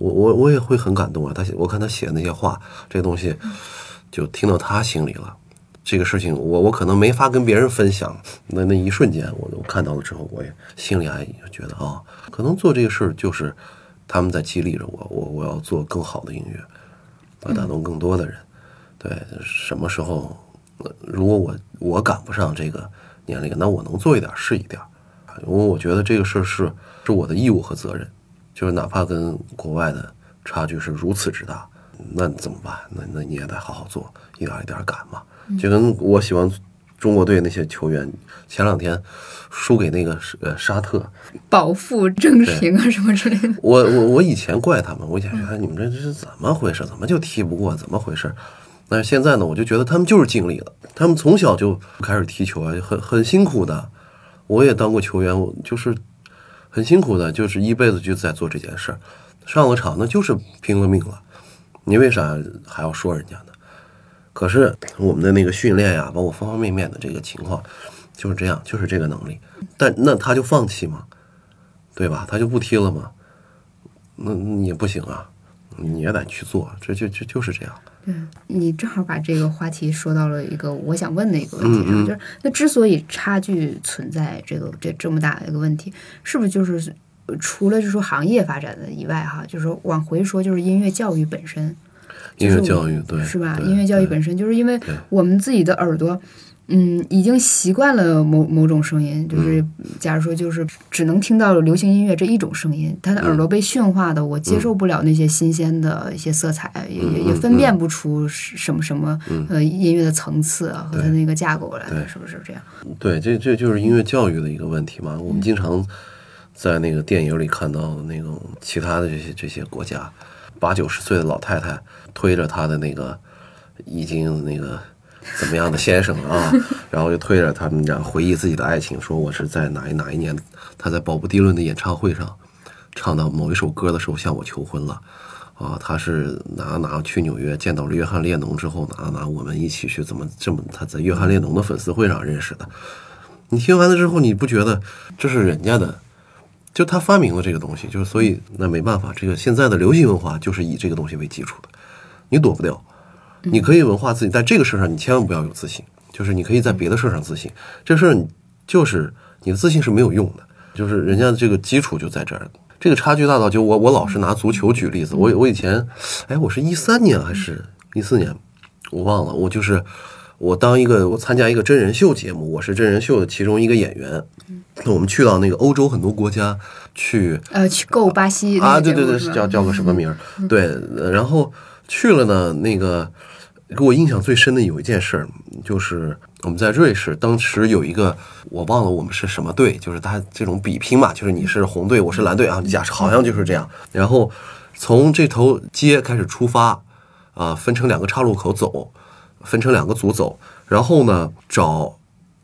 我也会很感动啊。我看他写的那些话，这东西就听到他心里了。这个事情我可能没法跟别人分享，那一瞬间我看到了之后，我也心里还觉得啊，可能做这个事儿就是他们在激励着我要做更好的音乐，要打动更多的人。对，什么时候如果我赶不上这个年龄，那我能做一点是一点，因为我觉得这个事儿是我的义务和责任，就是哪怕跟国外的差距是如此之大，那怎么办？那你也得好好做，一点一点赶嘛。就跟我喜欢中国队那些球员，前2天输给那个沙特， 保负正平啊什么之类的。 我以前怪他们，我以前觉得你们这是怎么回事？怎么就踢不过？怎么回事？但是现在呢，我就觉得他们就是尽力了，他们从小就开始踢球啊，很辛苦的。我也当过球员，我就是很辛苦的，就是一辈子就在做这件事儿。上了场那就是拼了命了，你为啥还要说人家呢？可是我们的那个训练呀，包括方方面面的这个情况就是这样，就是这个能力。但那他就放弃吗？对吧？他就不踢了吗？那也不行啊，你也得去做，就是这样。 对，你正好把这个话题说到了一个我想问的一个问题上，就是那之所以差距存在这么大的一个问题，是不是就是除了就是说行业发展的以外哈，就是往回说就是音乐教育本身。 音乐教育对是吧？音乐教育本身就是因为我们自己的耳朵，已经习惯了某种声音，就是假如说就是只能听到流行音乐这一种声音，他的耳朵被驯化的，我接受不了那些新鲜的一些色彩，也分辨不出什么音乐的层次啊和它那个架构来，是不是这样？ 对，这就是音乐教育的一个问题嘛。我们经常在那个电影里看到那种其他的这些国家，80、90岁的老太太推着她的那个已经那个怎么样的先生啊，然后就推着他们这样回忆自己的爱情，说我是在哪一年，他在鲍勃迪伦的演唱会上唱到某一首歌的时候向我求婚了啊，他是哪去纽约见到了约翰列侬之后我们一起去他在约翰列侬的粉丝会上认识的。你听完了之后，你不觉得这是人家的？就他发明了这个东西，就是所以那没办法，这个现在的流行文化就是以这个东西为基础的，你躲不掉。你可以文化自己，在这个事上你千万不要有自信，就是你可以在别的事上自信，这事儿就是你的自信是没有用的，就是人家的这个基础就在这儿。这个差距大到就我老是拿足球举例子，我以前我是13年还是14年我忘了，我参加一个真人秀节目，我是真人秀的其中一个演员。我们去到那个欧洲很多国家去购巴西啊，对，叫个什么名儿？对，然后去了呢，那个给我印象最深的有一件事，就是我们在瑞士，当时有一个我忘了我们是什么队，就是他这种比拼嘛，就是你是红队，我是蓝队啊，好像就是这样。然后从这头街开始出发啊，分成2个岔路口走，分成2个组走，然后呢找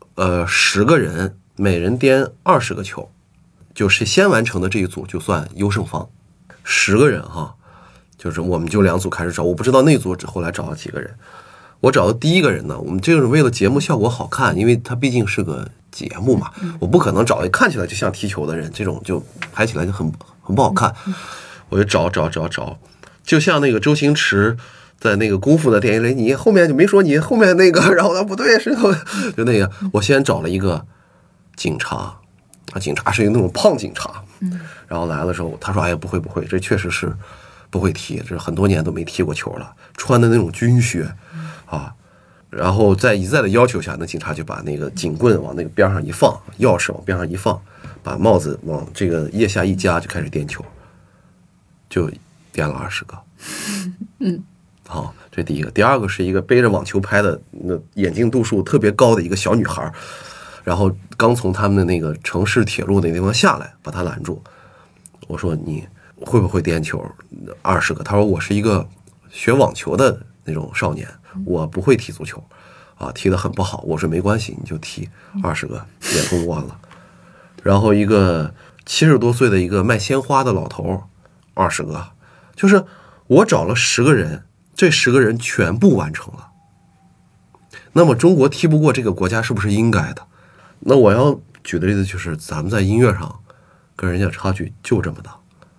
10个人。每人颠20个球，就是先完成的这一组就算优胜方。10个人哈，就是我们就2组开始找，我不知道那组后来找了几个人。我找的第一个人呢，我们这个是为了节目效果好看，因为它毕竟是个节目嘛，我不可能找一看起来就像踢球的人，这种就拍起来就很不好看。我就找，就像那个周星驰在那个功夫的电影里，你后面就没说你后面那个，然后他不对，是就那个，我先找了一个警察啊，警察是那种胖警察，然后来了之后，他说：“哎呀，不会，这确实是不会踢，这很多年都没踢过球了，穿的那种军靴啊。”然后在一再的要求下，那警察就把那个警棍往那个边上一放，钥匙往边上一放，把帽子往这个腋下一夹，就开始颠球，就颠了20个。好，这第一个。第二个是一个背着网球拍的，那眼镜度数特别高的一个小女孩。然后刚从他们的那个城市铁路那地方下来，把他拦住。我说：“你会不会颠球？20个。”他说：“我是一个学网球的那种少年，我不会踢足球，啊，踢得很不好。”我说：“没关系，你就踢20个也通关了。”然后一个70多岁的一个卖鲜花的老头，20个，就是我找了10个人，这10个人全部完成了。那么中国踢不过这个国家是不是应该的？那我要举的例子就是，咱们在音乐上跟人家差距就这么大，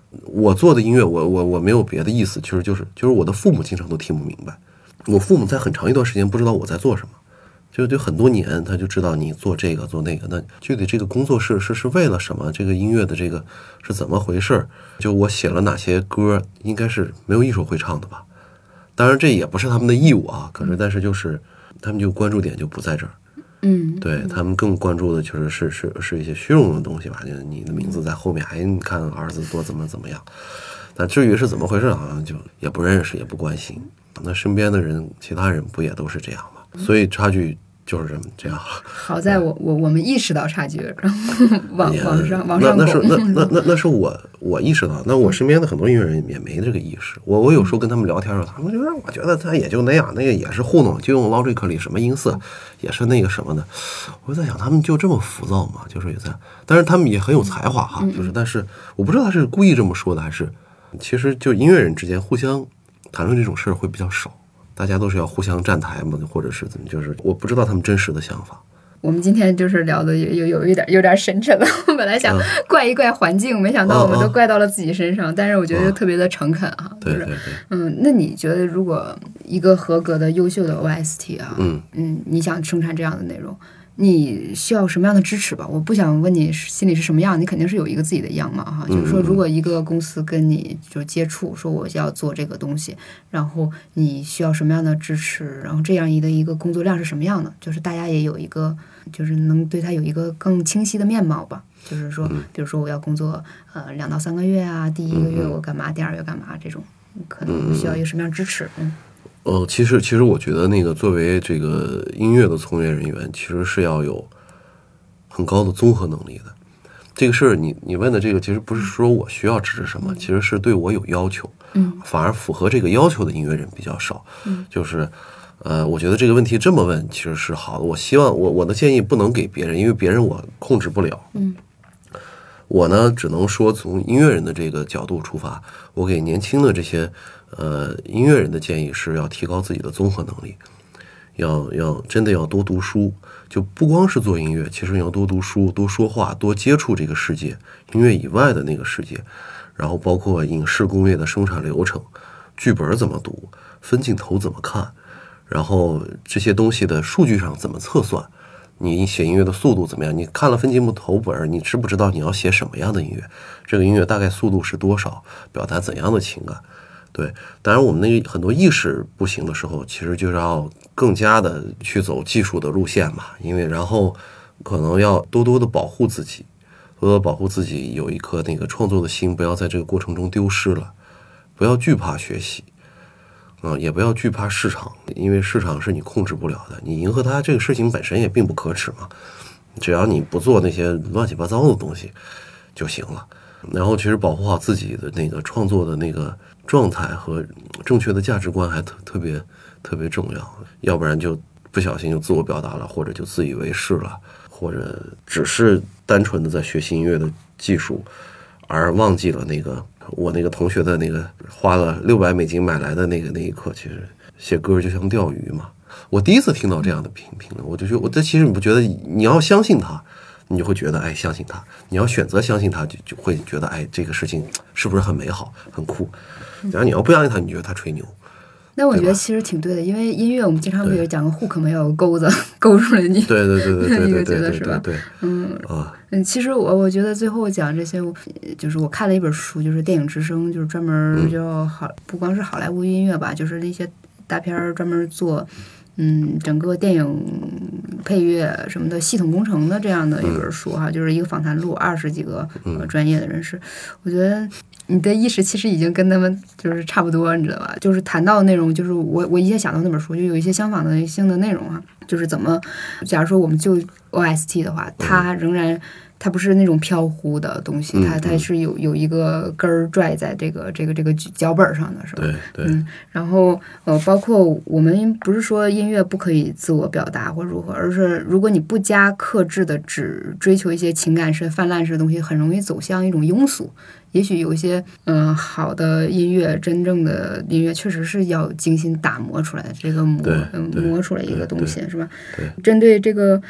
我做的音乐，我没有别的意思，其实就是我的父母经常都听不明白，我父母在很长一段时间不知道我在做什么。就很多年，他就知道你做这个做那个，那具体这个工作室是为了什么？这个音乐的这个是怎么回事？就我写了哪些歌，应该是没有一首会唱的吧？当然这也不是他们的义务啊，可是但是就是他们就关注点就不在这儿。对，他们更关注的是一些虚荣的东西吧，就是你的名字在后面，你看儿子多怎么样。那至于是怎么回事，好像就也不认识，也不关心。那身边的人，其他人不也都是这样吗？所以差距就是这样。 好在我们意识到差距，然后往上那是我意识到，那我身边的很多音乐人也没这个意识。我有时候跟他们聊天的时候，他们就说我觉得他也就那样，那个也是糊弄，就用 Logic 里什么音色，也是那个什么的。我在想，他们就这么浮躁吗？就是也在，但是他们也很有才华哈，就是但是我不知道他是故意这么说的，还是其实就音乐人之间互相谈论这种事儿会比较少。大家都是要互相站台嘛，或者是怎么，就是我不知道他们真实的想法。 我们今天就是聊的有点深沉了。我本来想怪一怪环境，没想到我们都怪到了自己身上。但是我觉得特别的诚恳哈。 对对对。 那你觉得如果一个合格的、优秀的 OST 啊，你想生产这样的内容，你需要什么样的支持吧？我不想问你心里是什么样，你肯定是有一个自己的样貌哈。就是说，如果一个公司跟你就接触，说我要做这个东西，然后你需要什么样的支持，然后这样一个工作量是什么样的，就是大家也有一个，就是能对它有一个更清晰的面貌吧。就是说，比如说我要工作2到3个月啊，第1个月我干嘛，第2个月干嘛，这种可能需要一个什么样的支持？ 其实我觉得那个作为这个音乐的从业人员，其实是要有很高的综合能力的。这个事儿你问的这个，其实不是说我需要支持什么，其实是对我有要求。反而符合这个要求的音乐人比较少。就是我觉得这个问题这么问其实是好的。我希望我的建议不能给别人，因为别人我控制不了。我呢只能说从音乐人的这个角度出发，我给年轻的这些音乐人的建议是要提高自己的综合能力，要真的要多读书，就不光是做音乐，其实要多读书，多说话，多接触这个世界，音乐以外的那个世界，然后包括影视工业的生产流程，剧本怎么读，分镜头怎么看，然后这些东西的数据上怎么测算，你写音乐的速度怎么样？你看了分镜头本，你知不知道你要写什么样的音乐？这个音乐大概速度是多少？表达怎样的情感？对，当然我们那个很多意识不行的时候，其实就是要更加的去走技术的路线嘛。因为然后可能要多多的保护自己，多多保护自己有一颗那个创作的心，不要在这个过程中丢失了，不要惧怕学习。也不要惧怕市场，因为市场是你控制不了的，你迎合它这个事情本身也并不可耻嘛，只要你不做那些乱七八糟的东西就行了。然后其实保护好自己的那个创作的那个状态和正确的价值观还特别重要，要不然就不小心就自我表达了，或者就自以为是了，或者只是单纯的在学习音乐的技术，而忘记了那个我那个同学的那个花了$600买来的那一刻，其实写歌就像钓鱼嘛。我第一次听到这样的评论，我就觉得其实你不觉得你要相信他，你就会觉得相信他，你要选择相信他，就会觉得这个事情是不是很美好很酷。然后你要不相信他，你觉得他吹牛。 那我觉得其实挺对的，因为音乐我们经常会讲个 hook 嘛，要有钩子勾住了你。 对一个觉得是吧？ 对。 其实我觉得最后讲这些，就是我看了一本书，就是电影之声，就是专门就不光是好莱坞音乐吧，就是那些大片专门做整个电影配乐什么的系统工程的这样的一本书哈，就是一个访谈录，20几个专业的人士。我觉得你的意识其实已经跟他们就是差不多，你知道吧？就是谈到内容，就是我一下想到那本书，就有一些相仿的性的内容哈，就是怎么，假如说我们就 OST 的话，它仍然。它不是那种飘忽的东西，它是有一个根儿拽在这个脚本上的，是吧？ 对。 然后包括我们不是说音乐不可以自我表达或如何，而是如果你不加克制的只追求一些情感式泛滥式的东西，很容易走向一种庸俗。也许有一些好的音乐，真正的音乐确实是要精心打磨出来的，这个磨出来一个东西，是吧？针对今天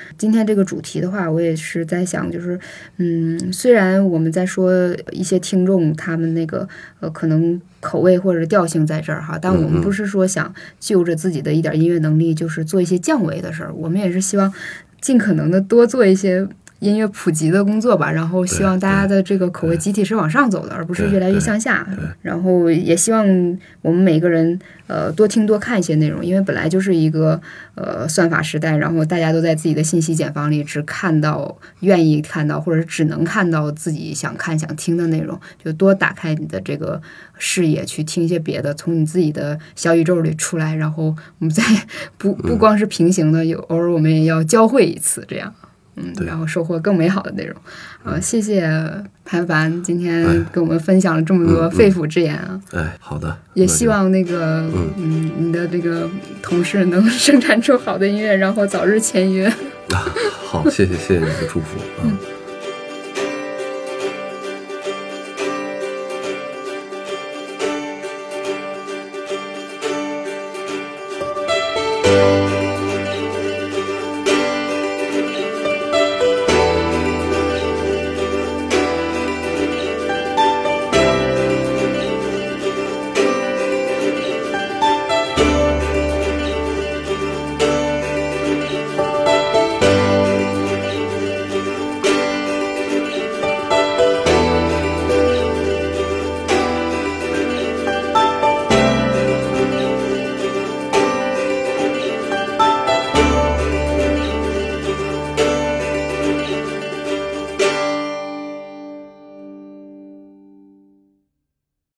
这个主题的话，我也是在想，就是虽然我们在说一些听众他们那个可能口味或者调性在这儿哈，但我们不是说想就着自己的一点音乐能力就是做一些降维的事儿，我们也是希望尽可能的多做一些音乐普及的工作吧，然后希望大家的这个口味集体是往上走的，而不是越来越向下。然后也希望我们每个人多听多看一些内容，因为本来就是一个算法时代，然后大家都在自己的信息茧房里只看到愿意看到或者只能看到自己想看想听的内容，就多打开你的这个视野去听一些别的，从你自己的小宇宙里出来，然后我们再不光是平行的，偶尔我们也要交汇一次，这样。然后收获更美好的内容。谢谢潘凡今天跟我们分享了这么多肺腑之言啊。 好的。 也希望那个你的这个同事能生产出好的音乐，然后早日签约。 好，谢谢你的祝福。